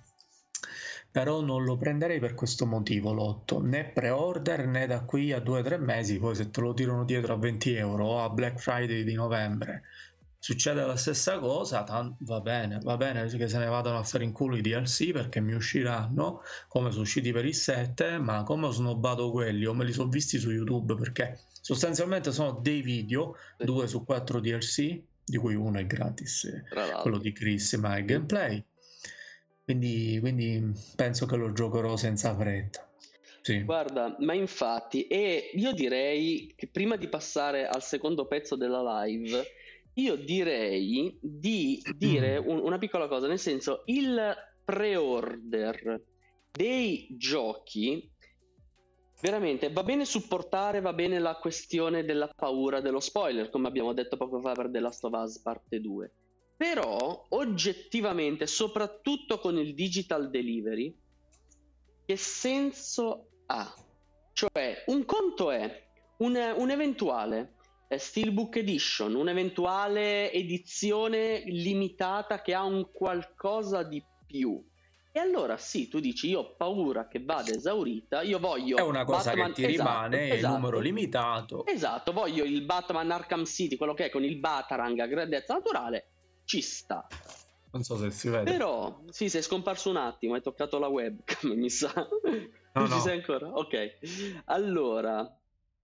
Però non lo prenderei per questo motivo l'otto, né pre-order né da qui a due tre mesi, poi se te lo tirano dietro a venti euro o a Black Friday di novembre succede la stessa cosa, tan- va bene, va bene che se ne vadano a fare in culo i D L C perché mi usciranno come sono usciti per il sette, ma come ho snobbato quelli o me li sono visti su YouTube perché sostanzialmente sono dei video, sì, due su quattro D L C, di cui uno è gratis, eh, tra quello l'altro. di Chris, ma è Mm. gameplay. Quindi, quindi penso che lo giocherò senza fretta. Sì. Guarda, ma infatti, e io direi che prima di passare al secondo pezzo della live, io direi di dire un- una piccola cosa, nel senso, il pre-order dei giochi veramente va bene supportare, va bene la questione della paura dello spoiler, come abbiamo detto poco fa per The Last of Us parte due. Però oggettivamente, soprattutto con il digital delivery, che senso ha? Cioè, un conto è un, un eventuale eh, Steelbook Edition, un'eventuale edizione limitata che ha un qualcosa di più. E allora sì, tu dici io ho paura che vada esaurita, io È voglio una cosa che Batman, ti esatto, rimane, è il numero esatto, limitato. esatto, voglio il Batman Arkham City, quello che è con il Batarang a grandezza naturale, ci sta. Non so se si vede. Però, sì, sei scomparso un attimo, hai toccato la webcam, mi sa. No, Tu ci no. sei ancora? Ok. Allora,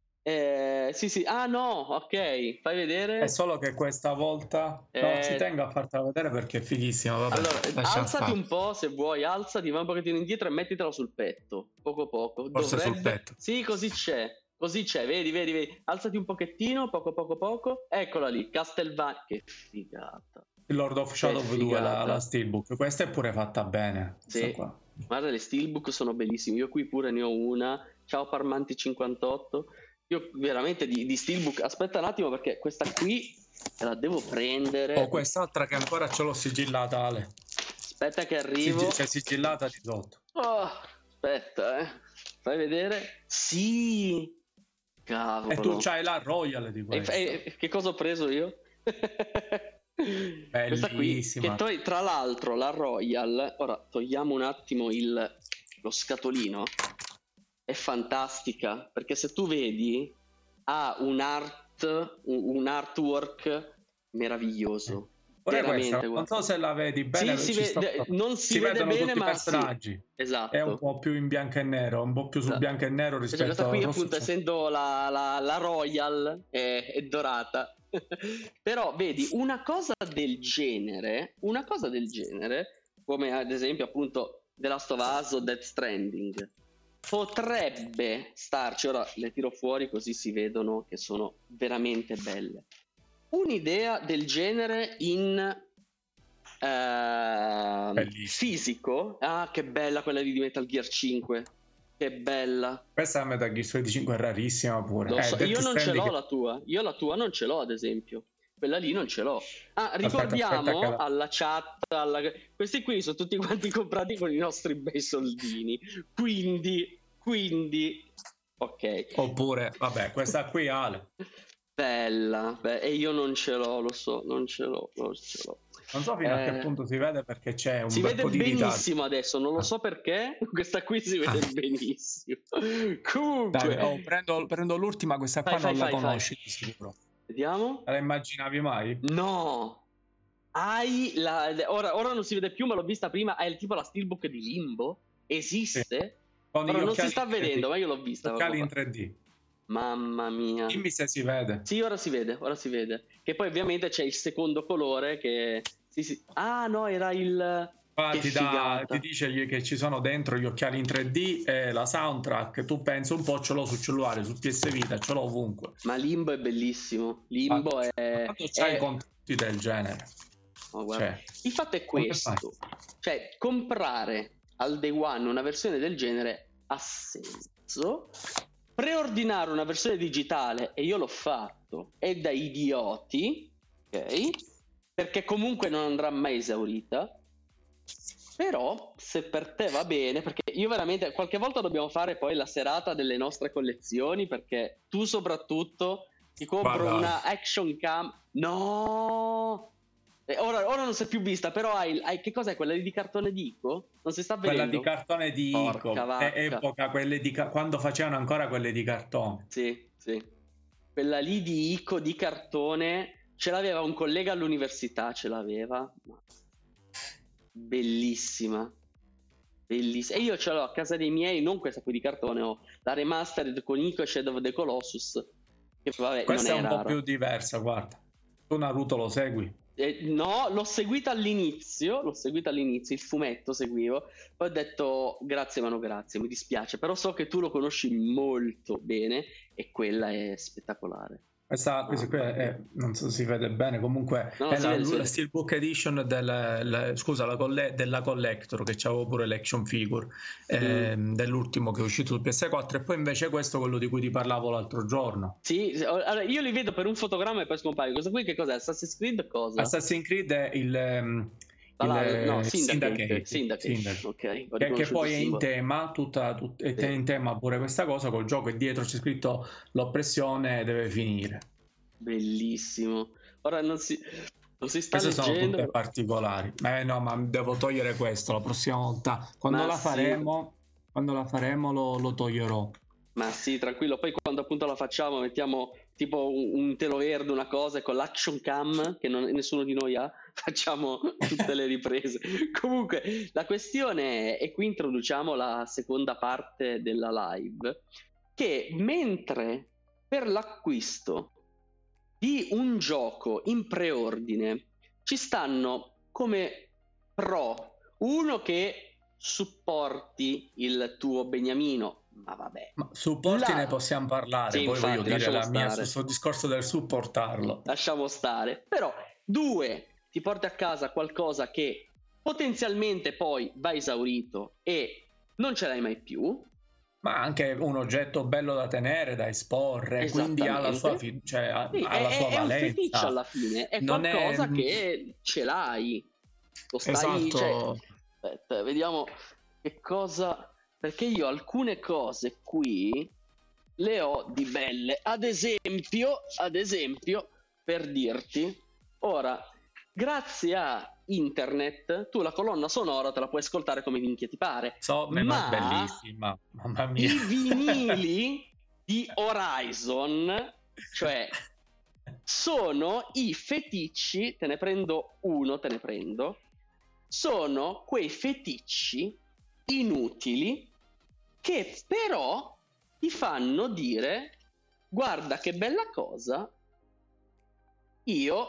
eh, sì, sì. Ah, no, ok, fai È vedere. solo che questa volta no, ci Eh, tengo a fartela vedere perché è fighissima. Vabbè, allora, lascia alzati stare. un po' se vuoi, alzati, va un pochettino indietro e mettitela sul petto. Poco poco. Forse sul Dovrebbe... petto. Sì, così c'è. Così c'è, vedi, vedi, vedi. Alzati un pochettino, poco poco poco. Eccola lì, Castlevania. Che figata. Il Lord of Che Shadow due, la, la figata. Steelbook. Questa è pure fatta bene. Questa Sì, qua. guarda, le steelbook sono bellissime. Io qui pure ne ho una. Ciao Parmanti cinquantotto. Io veramente di, di steelbook. Aspetta un attimo perché questa qui la devo prendere. Oh, quest'altra che ancora ce l'ho sigillata, Ale. Aspetta che arrivo. Sig- c'è sigillata di sotto. Oh, aspetta, eh. Fai vedere. Sì. Cavolo. E tu c'hai la Royal di E, questa. e- che cosa ho preso io? Questa qui, Bellissima. che to- tra l'altro la Royal, ora togliamo un attimo il, lo scatolino, è fantastica perché se tu vedi ha un art, un, un artwork meraviglioso. Pure Veramente, questa, non guarda. so se la vedi bene, Sì, si ci sto- vede, non si, si vede vedono bene, tutti i ma sì, personaggi. È un esatto. po' più in bianco e nero, un po' più su Esatto. bianco e nero Invece rispetto questa al qui, rosso. appunto, c'è- essendo la, la, la Royal, è, è dorata. Però vedi, una cosa del genere, una cosa del genere, come ad esempio appunto The Last of Us o Death Stranding, potrebbe starci, ora le tiro fuori così si vedono che sono veramente belle. Un'idea del genere in eh, fisico, ah che bella quella di Metal Gear cinque, che bella. Questa Metal Gear Solid cinque è rarissima pure. Lo so, eh, io non ce l'ho che... la tua, io la tua non ce l'ho ad esempio. Quella lì non ce l'ho. Ah, ricordiamo aspetta, aspetta, alla chat, alla... questi qui sono tutti quanti comprati con i nostri bei soldini. Quindi, quindi, ok. Oppure, vabbè, questa qui Ale. Bella, beh, e io non ce l'ho, lo so, non ce l'ho, non ce l'ho. Non so fino eh... a che punto si vede perché c'è un si bel vede po' di benissimo adesso, non lo so perché, questa qui si vede benissimo. Comunque, Dai, oh, prendo, prendo l'ultima, questa qua fai, non fai, la fai, conosci fai. di sicuro. Vediamo. La immaginavi mai? No. Hai la ora, ora non si vede più, ma l'ho vista prima. Hai il tipo la steelbook di Limbo? Esiste? Sì. Ora non si sta vedendo, ma io l'ho vista. Occhiali in tre D. Mamma mia. Dimmi se si vede. Sì, ora si vede, ora si vede. Che poi ovviamente c'è il secondo colore che... Sì, sì. Ah, no, era il... Ah, ti, dà, ti dice che ci sono dentro gli occhiali in tre D e la soundtrack. Tu pensi un po', ce l'ho sul cellulare, su P S Vita, ce l'ho ovunque. Ma Limbo è bellissimo. Limbo ah, è... Quando c'hai è... contenuti del genere. Oh, guarda. Cioè, il fatto è questo. Cioè, comprare al day one una versione del genere ha senso. Preordinare una versione digitale, e io l'ho fatto, è da idioti, ok? Perché comunque non andrà mai esaurita. Però se per te va bene, perché io veramente qualche volta dobbiamo fare poi la serata delle nostre collezioni, perché tu soprattutto ti compro Guarda. una action cam. No, eh, ora, ora non si è più vista, però hai, hai che cos'è quella di cartone di Ico? Non si sta vedendo? Quella di cartone di Ico, è epoca, quelle di ca- quando facevano ancora quelle di cartone. Sì, sì. Quella lì di Ico di cartone ce l'aveva un collega all'università, ce l'aveva. Bellissima, bellissima. E io ce l'ho a casa dei miei, non questa qui di cartone, ho la remastered con Ico e Shadow of the Colossus, che vabbè, questa non è, è un rara. po' più diversa, guarda. Tu Naruto lo segui? Eh, no, l'ho seguita all'inizio, l'ho seguita all'inizio, il fumetto seguivo, poi ho detto grazie ma no grazie, mi dispiace, però so che tu lo conosci molto bene e quella è spettacolare. Questa, questa qui è, è, non so se si vede bene, comunque no, è la, vede, la Steelbook Edition del, la, scusa, la colle, della Collector, che c'avevo pure l'action figure eh, mm. dell'ultimo che è uscito su P S quattro, e poi invece questo quello di cui ti parlavo l'altro giorno. Sì, allora, io li vedo per un fotogramma e poi scompaio. Questo qui che cos'è? Assassin's Creed cosa? Assassin's Creed è il... Il, no, Syndicate, Syndicate, Syndicate. Syndicate. Okay, che, che poi è in tema tutta, tut, è sì. in tema pure questa cosa col gioco, e dietro c'è scritto l'oppressione deve finire. Bellissimo. Ora non si, non si sta queste leggendo. Sono tutte particolari. Eh no, ma devo togliere questo la prossima volta. Quando ma la faremo, sì. quando la faremo lo, lo toglierò. Ma sì, tranquillo. Poi quando appunto la facciamo mettiamo tipo un, un telo verde, una cosa, con l'action cam che non, nessuno di noi ha, facciamo tutte le riprese. Comunque la questione è, e qui introduciamo la seconda parte della live, che mentre per l'acquisto di un gioco in preordine ci stanno come pro uno che supporti il tuo beniamino. Ma vabbè, ma supporti la... ne possiamo parlare, sì, poi infatti, voglio dire la mia su sto discorso del supportarlo. Lasciamo stare. Però due, ti porti a casa qualcosa che potenzialmente poi va esaurito e non ce l'hai mai più, ma anche un oggetto bello da tenere, da esporre, quindi ha la sua, fi- cioè, ha, sì, ha la è, sua è valenza. È un feticcio alla fine, è non qualcosa è... che ce l'hai. Lo stai, esatto. Cioè... Aspetta, vediamo che cosa... Perché io alcune cose qui le ho di belle. Ad esempio, ad esempio, per dirti, ora, grazie a internet, tu la colonna sonora te la puoi ascoltare come minchia ti pare. So, ma è bellissima, mamma mia. I vinili di Horizon, cioè, sono i feticci, te ne prendo uno, te ne prendo, sono quei feticci inutili che però ti fanno dire guarda che bella cosa io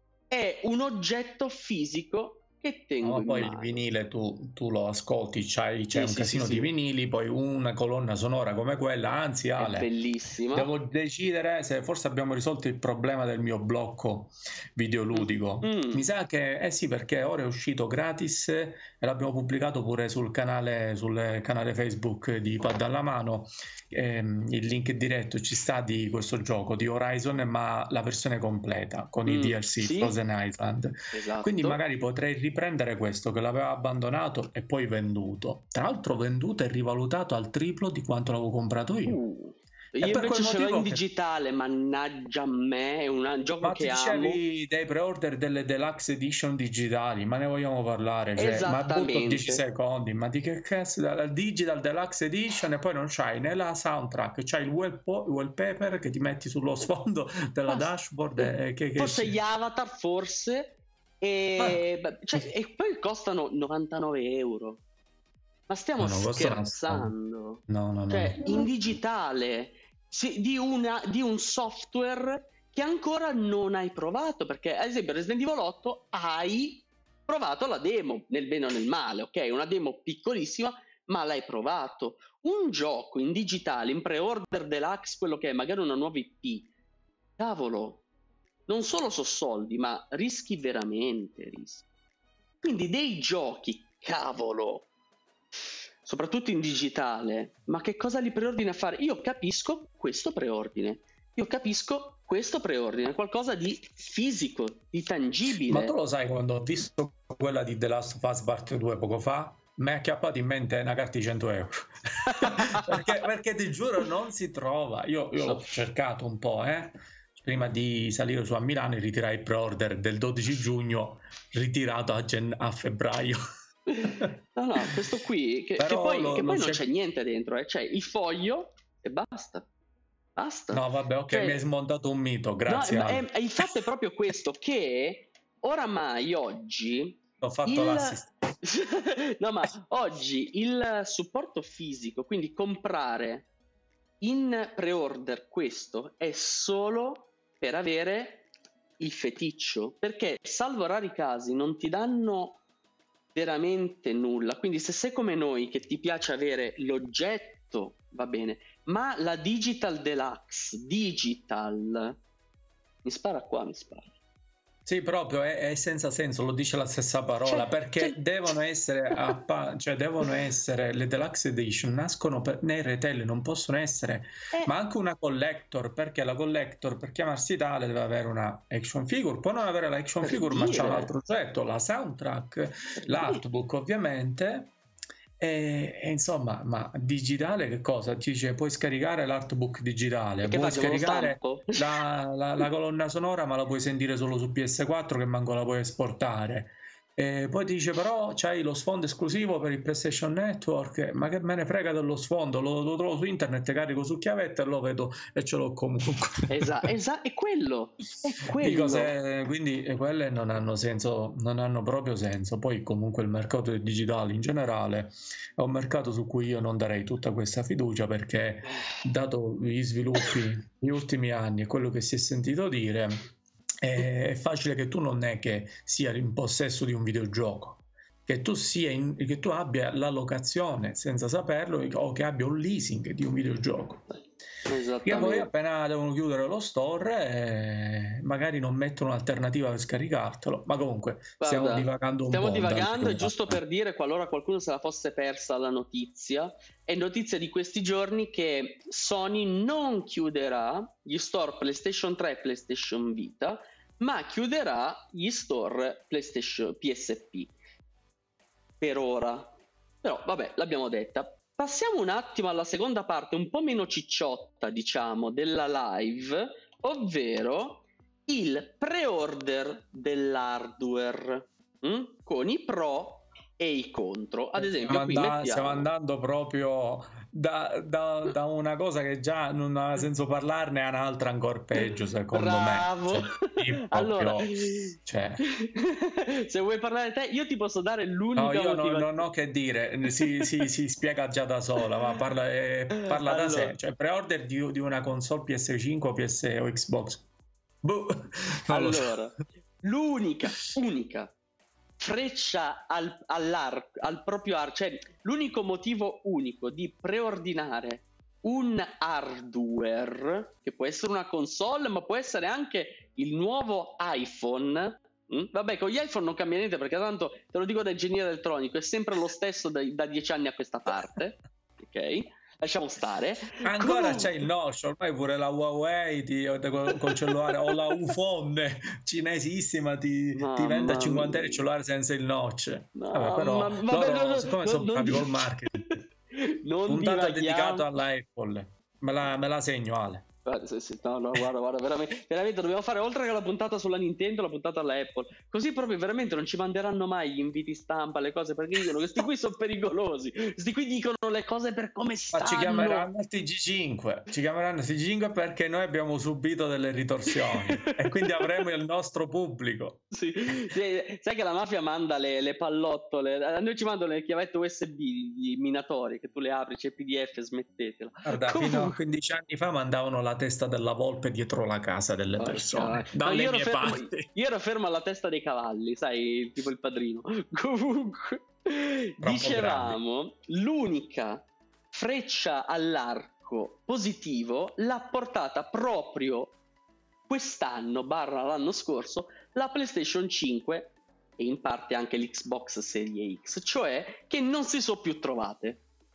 è un oggetto fisico che tengo no, in poi mano. il vinile tu, tu lo ascolti, c'hai, c'è Sì, un sì, casino sì, di sì. vinili, poi una colonna sonora come quella, anzi È Ale, bellissima. devo decidere se forse abbiamo risolto il problema del mio blocco videoludico. Mm. Mi sa che, eh sì, perché ora è uscito gratis e l'abbiamo pubblicato pure sul canale, sul canale Facebook di Pad alla Mano. Ehm, il link diretto ci sta di questo gioco di Horizon, ma la versione completa con i Mm, D L C sì, Frozen Island. Quindi esatto. magari potrei riprendere questo che l'aveva abbandonato e poi venduto. Tra l'altro venduto e rivalutato al triplo di quanto l'avevo comprato io. Uh, E io per quel invece ce l'ho in motivo che... digitale, mannaggia a me, è un gioco Ma ti che amo. dicevi dei pre-order delle deluxe edition digitali, ma ne vogliamo parlare? Cioè, ma butto dieci Esattamente. secondi, ma di che cazzo? La digital deluxe edition e poi non c'hai né la soundtrack, c'hai il wallpo- wallpaper che ti metti sullo sfondo della Basta. dashboard Eh, e che... che Forse ci- gli avatar, forse. Ma... E, beh, cioè, e poi costano novantanove euro. Ma stiamo No, no, questo non sta. scherzando? No, no, no, Cioè, no. in digitale, sì, di, una, di un software che ancora non hai provato, perché ad esempio Resident Evil otto hai provato la demo, nel bene o nel male, ok? Una demo piccolissima, ma l'hai provato. Un gioco in digitale, in pre-order deluxe, quello che è magari una nuova I P, cavolo, non solo so soldi, ma rischi veramente, rischi. Quindi dei giochi, cavolo, soprattutto in digitale, ma che cosa li preordini a fare? Io capisco questo preordine, io capisco questo preordine, qualcosa di fisico, di tangibile. Ma tu lo sai, quando ho visto quella di The Last of Us Part due poco fa, mi è acchiappato in mente una carta di cento euro. perché, perché ti giuro non si trova. Io, io l'ho cercato un po', eh. Prima di salire su a Milano e ritirare il pre-order del dodici giugno, ritirato a, gen- a febbraio. No, no, questo qui, che, che Però poi, lo, che lo poi non cer- c'è niente dentro, eh. C'è il foglio e basta. Basta. No, vabbè, ok, Cioè, mi hai smontato un mito, grazie no, Ale. è, è, il fatto è proprio questo, che oramai oggi Ho fatto il... l'assist. no, ma oggi il supporto fisico, quindi comprare in pre-order questo, è solo per avere il feticcio, perché salvo rari casi non ti danno veramente nulla. Quindi se sei come noi che ti piace avere l'oggetto, va bene, ma la digital deluxe, digital, mi spara qua, mi spara. Sì, proprio è, è senza senso, lo dice la stessa parola, Cioè, perché cioè... devono essere a pa- cioè devono essere le deluxe edition, nascono per, nei retail, non possono essere, eh, ma anche una collector, perché la collector per chiamarsi tale deve avere una action figure, può non avere l'action per figure, ma c'è un dire, altro oggetto, la soundtrack, per dire. l'artbook ovviamente. E, e insomma, ma digitale che cosa? Ti dice puoi scaricare l'artbook digitale, E che puoi faccio, me lo scaricare stampo? la, la, la colonna sonora, ma la puoi sentire solo su P S quattro che manco la puoi esportare. E poi ti dice però c'hai lo sfondo esclusivo per il PlayStation Network, ma che me ne frega dello sfondo, lo, lo trovo su internet, carico su chiavetta e lo vedo e ce l'ho comunque. Esatto, esa- è quello, è Dico, quello. se, quindi eh, quelle non hanno senso, non hanno proprio senso. Poi comunque il mercato del digitale in generale è un mercato su cui io non darei tutta questa fiducia perché dato gli sviluppi negli ultimi anni e quello che si è sentito dire, è, è facile che tu non è che sia in possesso di un videogioco, che tu, sia in, che tu abbia la locazione senza saperlo o che abbia un leasing di un videogioco. Che poi Esattamente. appena devono chiudere lo store eh, magari non mettono un'alternativa per scaricartelo, ma comunque stiamo Guarda, divagando un stiamo po' divagando e dal giusto tema. per dire, qualora qualcuno se la fosse persa la notizia, è notizia di questi giorni che Sony non chiuderà gli store PlayStation tre e PlayStation Vita, ma chiuderà gli store PlayStation P S P per ora. Però vabbè, l'abbiamo detta. Passiamo un attimo alla seconda parte, un po' meno cicciotta, diciamo, della live, ovvero il pre-order dell'hardware, hm? Con i pro e i contro. Ad Stiamo, esempio, qui and- stiamo mettiamo... andando proprio da, da- da una cosa che già non ha senso parlarne a un'altra ancora peggio, secondo me. Bravo! Cioè, qui Allora, proprio, cioè... se vuoi parlare te, io ti posso dare No, l'unica io non, motivazione. non ho che dire, si, si- si spiega già da sola, ma parla, eh, parla da sé. Allora, Cioè, pre-order di, di una console P S cinque o P S o Xbox Boh, allora, so. l'unica, unica freccia al, all'arco, al proprio arco, cioè l'unico motivo unico di preordinare un hardware, che può essere una console, ma può essere anche il nuovo iPhone. Mm? Vabbè, con gli iPhone non cambia niente, perché tanto, te lo dico da ingegnere elettronico, è sempre lo stesso da, da dieci anni a questa parte, ok? Lasciamo stare. Ancora Comunque... c'è il notch, ormai pure la Huawei ti, col, col cellulare o la Ufone cinesissima ti, ti vende a cinquanta euro il cellulare senza il notch. Vabbè, però ma, vabbè, loro, no, siccome no, sono non bravi di... col marketing, non puntata divaghiamo. dedicata alla Apple, me la, me la segno, Ale. Sì, sì, no, no, guarda, guarda, veramente, veramente dobbiamo fare, oltre che la puntata sulla Nintendo, la puntata alla Apple, così proprio veramente non ci manderanno mai gli inviti stampa, le cose, perché dicono che questi qui sono pericolosi, questi qui dicono le cose per come stanno. Ma ci chiameranno T G cinque, ci chiameranno T G cinque perché noi abbiamo subito delle ritorsioni e quindi avremo il nostro pubblico. Sì, sì, sai che la mafia manda le, le pallottole, a noi ci mandano le chiavette U S B di, di minatori, che tu le apri, c'è P D F, smettetela. Guarda, Comunque... fino a quindici anni fa mandavano la testa della volpe dietro la casa delle Porca... persone, no, dalle io mie fermo, parti. io ero fermo alla testa dei cavalli, sai, tipo il Padrino. Comunque, dicevamo, l'unica freccia all'arco positivo l'ha portata proprio quest'anno, barra l'anno scorso, la PlayStation cinque e in parte anche l'Xbox Series X, cioè che non si sono più trovate.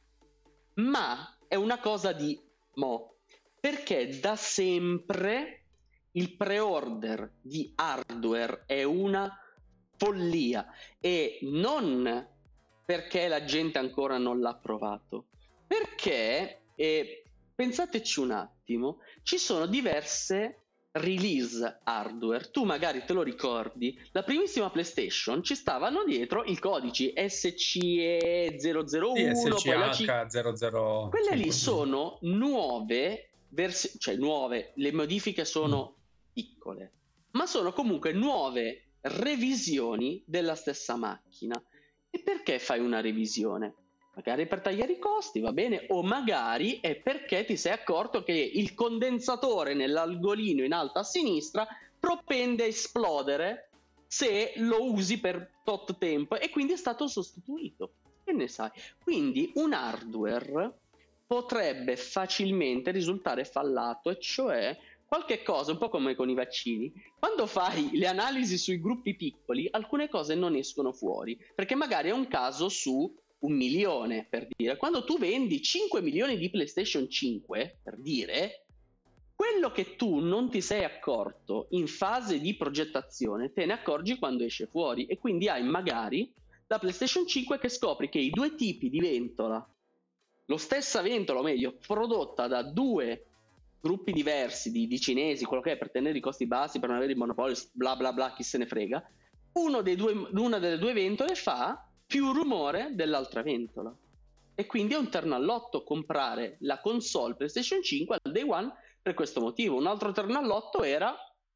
Ma è una cosa di mo', perché da sempre il pre-order di hardware è una follia, e non perché la gente ancora non l'ha provato, perché eh, pensateci un attimo, ci sono diverse release hardware. Tu magari te lo ricordi, la primissima PlayStation ci stavano dietro i codici S C E zero zero uno, sì, poi la C... zero zero... quelle lì sono nuove versi... cioè nuove, le modifiche sono piccole, ma sono comunque nuove revisioni della stessa macchina. E perché fai una revisione? Magari per tagliare i costi, va bene, o magari è perché ti sei accorto che il condensatore nell'algolino in alto a sinistra propende a esplodere se lo usi per tot tempo, e quindi è stato sostituito. Che ne sai? Quindi un hardware potrebbe facilmente risultare fallato, e cioè qualche cosa, un po' come con i vaccini, quando fai le analisi sui gruppi piccoli, alcune cose non escono fuori, perché magari è un caso su un milione, per dire. Quando tu vendi cinque milioni di PlayStation cinque, per dire, quello che tu non ti sei accorto in fase di progettazione, te ne accorgi quando esce fuori, e quindi hai magari la PlayStation cinque che scopri che i due tipi di ventola, lo stessa ventola, o meglio, prodotta da due gruppi diversi di, di cinesi, quello che è, per tenere i costi bassi, per non avere il monopolio, bla bla bla, chi se ne frega, uno dei due, una delle due ventole fa più rumore dell'altra ventola, e quindi è un terno all'otto comprare la console PlayStation cinque al day one per questo motivo. Un altro terno all'otto era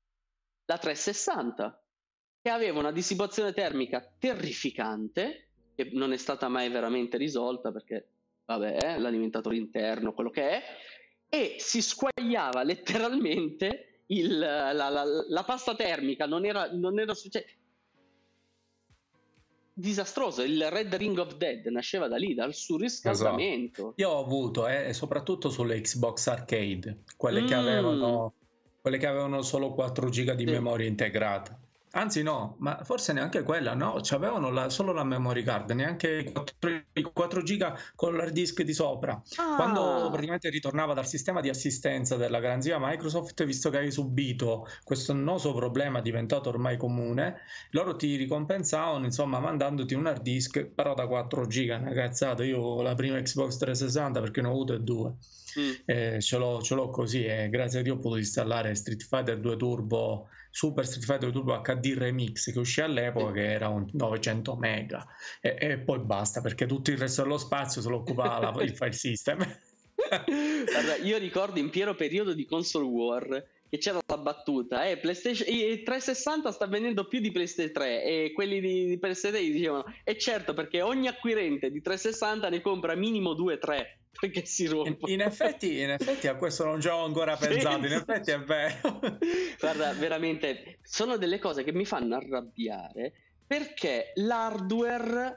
la trecentosessanta, che aveva una dissipazione termica terrificante, che non è stata mai veramente risolta perché vabbè, l'alimentatore interno, quello che è, e si squagliava letteralmente il, la, la, la pasta termica, non era, non era cioè, disastroso. Il Red Ring of Dead nasceva da lì, dal surriscaldamento. Esatto. Io ho avuto, eh, soprattutto sulle Xbox Arcade, quelle, mm. che avevano, quelle che avevano solo quattro giga di sì. memoria integrata. Anzi no, ma forse neanche quella, no? C'avevano la, solo la memory card, neanche i quattro giga con l'hard disk di sopra. Ah. Quando praticamente ritornava dal sistema di assistenza della garanzia Microsoft, visto che hai subito questo annoso problema diventato ormai comune, loro ti ricompensavano, insomma, mandandoti un hard disk, però da quattro giga, una cazzata. Io ho la prima Xbox trecentosessanta perché ne ho avute due. Mm. Eh, ce, l'ho, ce l'ho così, e grazie a Dio ho potuto installare Street Fighter due Turbo, Super Street Fighter due Turbo H D Remix, che uscì all'epoca, che era un novecento mega, e, e poi basta, perché tutto il resto dello spazio se lo occupava la, il file system. Allora, io ricordo in pieno periodo di console war che c'era la battuta, eh, PlayStation eh, trecentosessanta sta vendendo più di PlayStation tre, e quelli di, di P S tre dicevano, e certo, perché ogni acquirente di trecentosessanta ne compra minimo due tre. perché si In, rompono. in effetti, in effetti a questo non ci ho ancora pensato, in effetti è vero. Guarda, veramente sono delle cose che mi fanno arrabbiare, perché l'hardware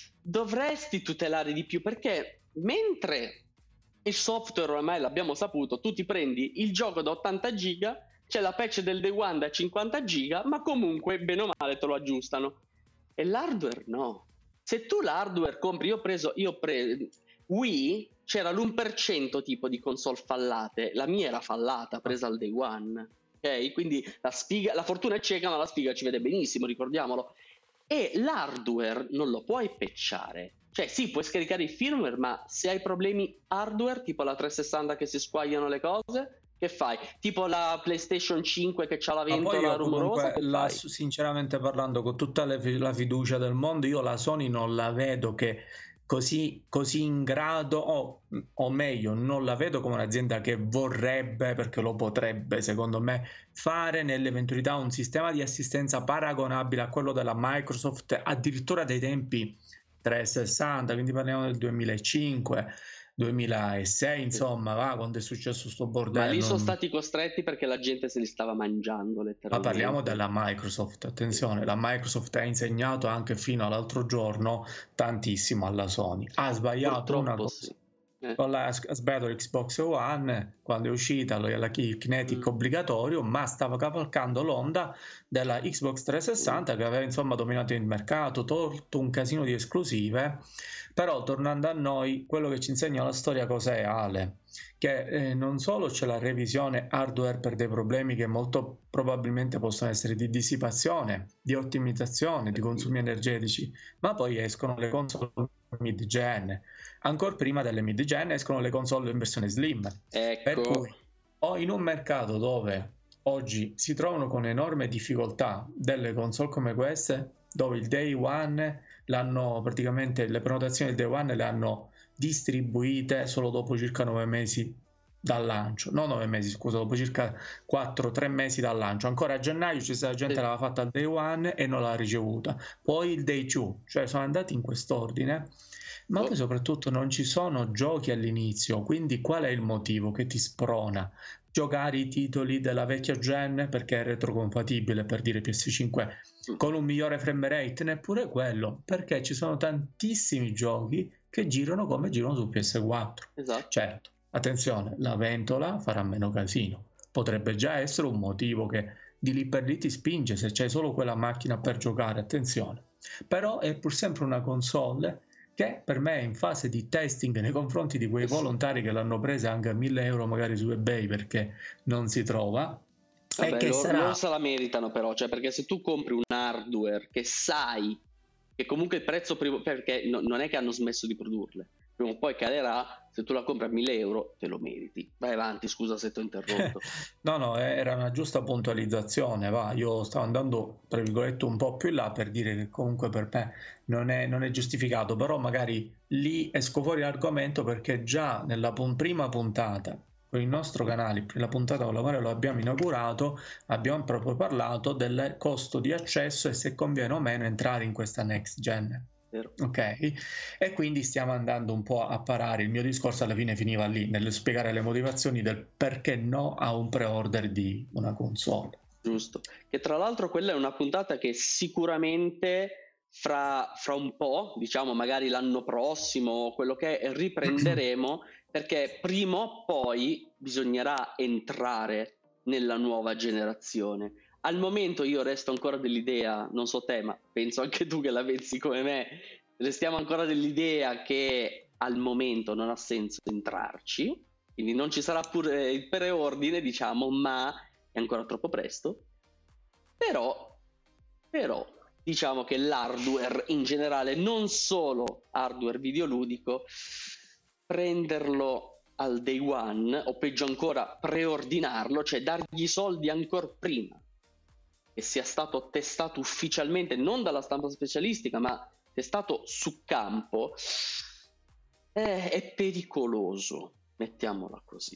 dovresti tutelare di più, perché mentre il software ormai l'abbiamo saputo, tu ti prendi il gioco da ottanta giga, c'è la patch del day one da cinquanta giga, ma comunque bene o male te lo aggiustano. E l'hardware no. Se tu l'hardware compri, io ho preso, io ho preso Wii, c'era l'uno per cento tipo di console fallate, la mia era fallata, presa al day one, ok? Quindi la spiga, la fortuna è cieca, ma la spiga ci vede benissimo, ricordiamolo. E l'hardware non lo puoi patchare, cioè sì, puoi scaricare il firmware, ma se hai problemi hardware, tipo la trecentosessanta che si squagliano le cose, che fai? Tipo la PlayStation cinque che c'ha la Ma poi ventola io rumorosa, comunque, che la, fai? sinceramente parlando, con tutta le fi- la fiducia del mondo, io la Sony non la vedo che così, così in grado, o, o meglio, non la vedo come un'azienda che vorrebbe, perché lo potrebbe, secondo me, fare nell'eventualità un sistema di assistenza paragonabile a quello della Microsoft, addirittura dei tempi trecentosessanta, quindi parliamo del duemilacinque. duemilasei, insomma, va, quando è successo sto Ma lì bordello. sono non- stati costretti perché la gente se li stava mangiando Ma parliamo letteralmente. della Microsoft, Sì. attenzione, la Microsoft ha insegnato anche fino all'altro giorno tantissimo alla Sony. Ha sbagliato una Purtroppo cosa, sì. Eh. con la, ha sbagliato l'Xbox One quando è uscita lo- la key Kinetic Mm. obbligatorio, ma stava cavalcando l'onda della Xbox trecentosessanta che aveva insomma dominato il mercato, tolto un casino di esclusive. Però tornando a noi, quello che ci insegna la storia cos'è, Ale? Che eh, non solo c'è la revisione hardware per dei problemi che molto probabilmente possono essere di dissipazione, di ottimizzazione, di consumi energetici, ma poi escono le console mid-gen. Ancora prima delle mid-gen escono le console in versione slim. Per Ecco. cui, o in un mercato dove oggi si trovano con enorme difficoltà delle console come queste, dove il day one l'hanno praticamente, le prenotazioni del day one le hanno distribuite solo dopo circa nove mesi dal lancio, no nove mesi scusa, dopo circa quattro tre mesi dal lancio. Ancora a gennaio c'è stata gente che Sì. l'aveva fatta al day one e non l'ha ricevuta, poi il day two, cioè sono andati in quest'ordine. Ma poi Oh, soprattutto non ci sono giochi all'inizio, quindi qual è il motivo che ti sprona? Giocare i titoli della vecchia gen perché è retrocompatibile, per dire P S cinque, mm, con un migliore frame rate? Neppure quello, perché ci sono tantissimi giochi che girano come girano su P S quattro. esatto. Certo, attenzione, la ventola farà meno casino, potrebbe già essere un motivo che di lì per lì ti spinge se c'hai solo quella macchina per giocare, attenzione. Però è pur sempre una console che per me è in fase di testing nei confronti di quei Eh sì. volontari che l'hanno presa anche a mille euro magari su eBay perché non si trova, e Vabbè, che loro, loro sarà se la meritano però, cioè perché se tu compri un hardware che sai che comunque il prezzo, prima, perché no- non è che hanno smesso di produrle, prima o poi calerà, se tu la compri a mille euro te lo meriti. Vai avanti, scusa se ti ho interrotto. no, no, era una giusta puntualizzazione, va. Io stavo andando, tra virgolette, un po' più in là per dire che comunque per me non è, non è giustificato, però magari lì esco fuori l'argomento perché già nella pun- prima puntata con il nostro canale, la puntata con la quale lo abbiamo inaugurato, abbiamo proprio parlato del costo di accesso e se conviene o meno entrare in questa next gen. Vero? Ok, e quindi stiamo andando un po' a parare. Il mio discorso alla fine finiva lì, nel spiegare le motivazioni del perché no a un pre-order di una console. Giusto. Che tra l'altro quella è una puntata che sicuramente fra, fra un po', diciamo magari l'anno prossimo, quello che è, riprenderemo, perché prima o poi bisognerà entrare nella nuova generazione. Al momento io resto ancora dell'idea, non so te, ma penso anche tu che la pensi come me, restiamo ancora dell'idea che al momento non ha senso entrarci, quindi non ci sarà pure il preordine, diciamo, ma è ancora troppo presto. Però, però diciamo che l'hardware in generale, non solo hardware videoludico, prenderlo al day one o peggio ancora preordinarlo, cioè dargli i soldi ancora prima che sia stato testato ufficialmente non dalla stampa specialistica ma testato su campo, è, è pericoloso, mettiamola così.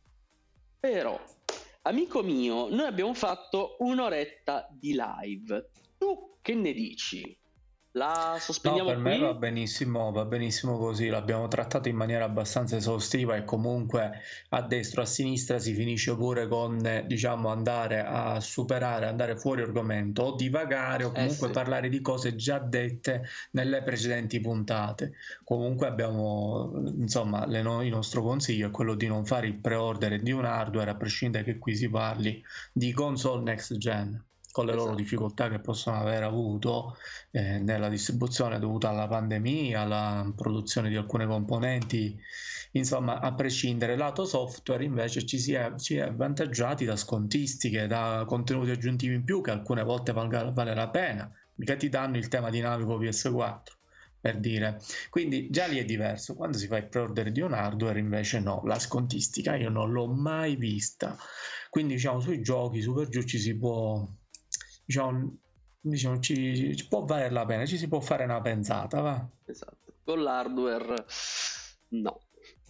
Però amico mio, noi abbiamo fatto un'oretta di live. Tu che ne dici? La No, sospendiamo per me va qui? benissimo, va benissimo così, l'abbiamo trattato in maniera abbastanza esaustiva e comunque a destra o a sinistra si finisce pure con, eh, diciamo, andare a superare, andare fuori argomento o divagare o Eh comunque sì, parlare di cose già dette nelle precedenti puntate. Comunque abbiamo, insomma, le no- il nostro consiglio è quello di non fare il pre-order di un hardware, a prescindere che qui si parli di console next gen, con le loro esatto. difficoltà che possono aver avuto eh, nella distribuzione dovuta alla pandemia, alla produzione di alcune componenti, insomma, a prescindere. Lato software invece ci si è, ci è avvantaggiati da scontistiche, da contenuti aggiuntivi in più che alcune volte valga, vale la pena, mica ti danno il tema dinamico P S quattro. Per dire, quindi già lì è diverso. Quando si fa il pre-order di un hardware, invece, no, la scontistica io non l'ho mai vista. Quindi, diciamo, sui giochi su per giù ci si può, diciamo, diciamo ci, ci può valere la pena, ci si può fare una pensata, va. Esatto, con l'hardware no.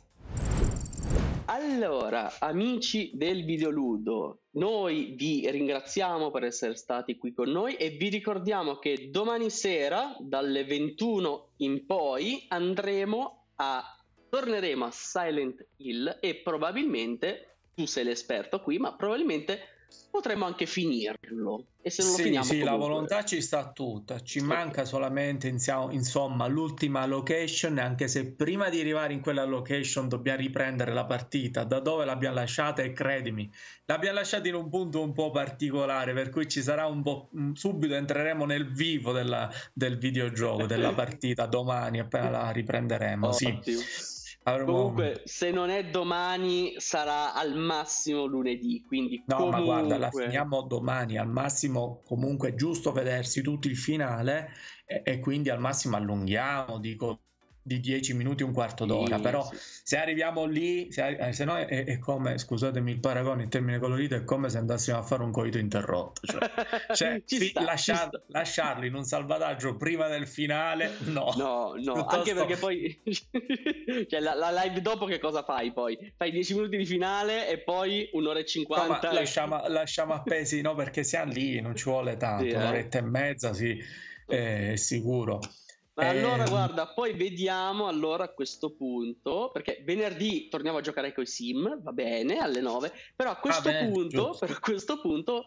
Allora, amici del videoludo, noi vi ringraziamo per essere stati qui con noi e vi ricordiamo che domani sera, dalle ventuno in poi, andremo a torneremo a Silent Hill e probabilmente, tu sei l'esperto qui, ma probabilmente potremo anche finirlo. E se non lo Sì, finiamo sì, la comunque... volontà ci sta tutta, ci Ok. manca solamente insia- insomma l'ultima location, anche se prima di arrivare in quella location dobbiamo riprendere la partita da dove l'abbiamo lasciata e credimi, l'abbiamo lasciata in un punto un po' particolare, per cui ci sarà un po', mm, subito entreremo nel vivo della- del videogioco, della partita domani appena la riprenderemo, sì. Ottimo. Avremo... Comunque, se non è domani, sarà al massimo lunedì. Quindi, No, ma guarda, la comunque, finiamo domani, al massimo comunque è giusto vedersi tutto il finale e, e quindi al massimo allunghiamo, dico di dieci minuti, un quarto d'ora, sì, però sì. se arriviamo lì, se, eh, se no è, è come, scusatemi il paragone in termine colorito, è come se andassimo a fare un coito interrotto, cioè, cioè Ci fi- sta, ci lasciar- sta. lasciarlo in un salvataggio prima del finale, no, No, no, anche piuttosto... perché poi cioè, la, la live dopo che cosa fai poi? Fai dieci minuti di finale e poi un'ora e No, ma cinquanta e... lasciamo, lasciamo appesi, no? Perché siamo lì, non ci vuole Sì, tanto, eh? un'oretta e mezza, sì, Ok. è sicuro. Ma allora, Ehm, guarda, poi vediamo allora a questo punto, perché venerdì torniamo a giocare con i sim, va bene, alle nove, però a ah, questo bene, punto, giusto. però a questo punto,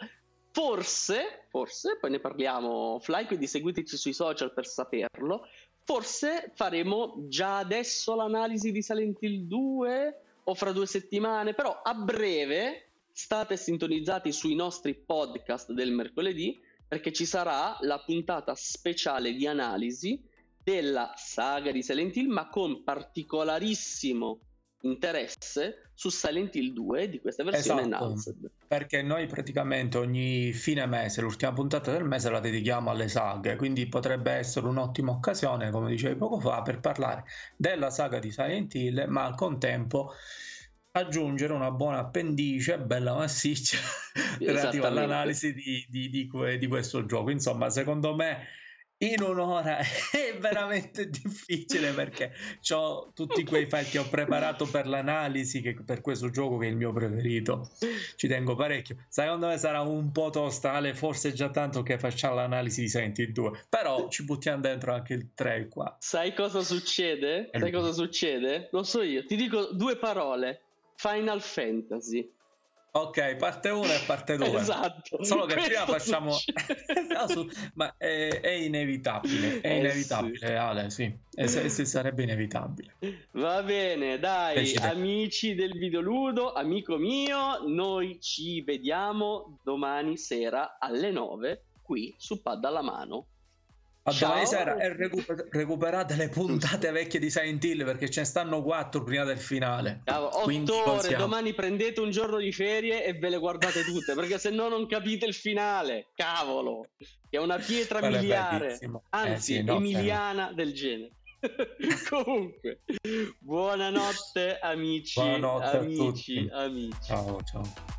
forse, forse, poi ne parliamo offline, quindi seguiteci sui social per saperlo, forse faremo già adesso l'analisi di Silent Hill due o fra due settimane, però a breve state sintonizzati sui nostri podcast del mercoledì, perché ci sarà la puntata speciale di analisi della saga di Silent Hill, ma con particolarissimo interesse su Silent Hill due di questa versione Esatto, enhanced. perché noi praticamente ogni fine mese, l'ultima puntata del mese la dedichiamo alle saghe, quindi potrebbe essere un'ottima occasione, come dicevi poco fa, per parlare della saga di Silent Hill, ma al contempo aggiungere una buona appendice, bella massiccia, relativa Esattamente. all'analisi di, di, di, que- di questo gioco. Insomma, secondo me in un'ora è veramente difficile perché ho tutti quei file che ho preparato per l'analisi, che per questo gioco che è il mio preferito. Ci tengo parecchio. Secondo me sarà un po' tosta, Ale, forse già tanto che facciamo l'analisi di Silent Hill due, però ci buttiamo dentro anche il tre e il quattro. Sai cosa succede? E Sai lui. cosa succede? Lo so io, ti dico due parole. Final Fantasy. Ok, parte uno e parte due. Esatto. Solo che prima Questo facciamo... succede. No, su- ma è, è inevitabile, è Eh sì. inevitabile, Ale, sì, e se, se sarebbe inevitabile. Va bene, dai, Decide. amici del videoludo, amico mio, noi ci vediamo domani sera alle nove qui su Pad alla mano. A domani Ciao. sera e recuper- recuperate le puntate vecchie di Silent Hill perché ce ne stanno quattro prima del finale. Cavolo, Quindi otto ore, possiamo. domani prendete un giorno di ferie e ve le guardate tutte, perché se no non capite il finale. Cavolo, che è una pietra Quello è miliare, bellissimo. anzi Eh sì, no, emiliana del genere. Comunque, buonanotte amici, buonanotte a amici, tutti. amici. Ciao, ciao.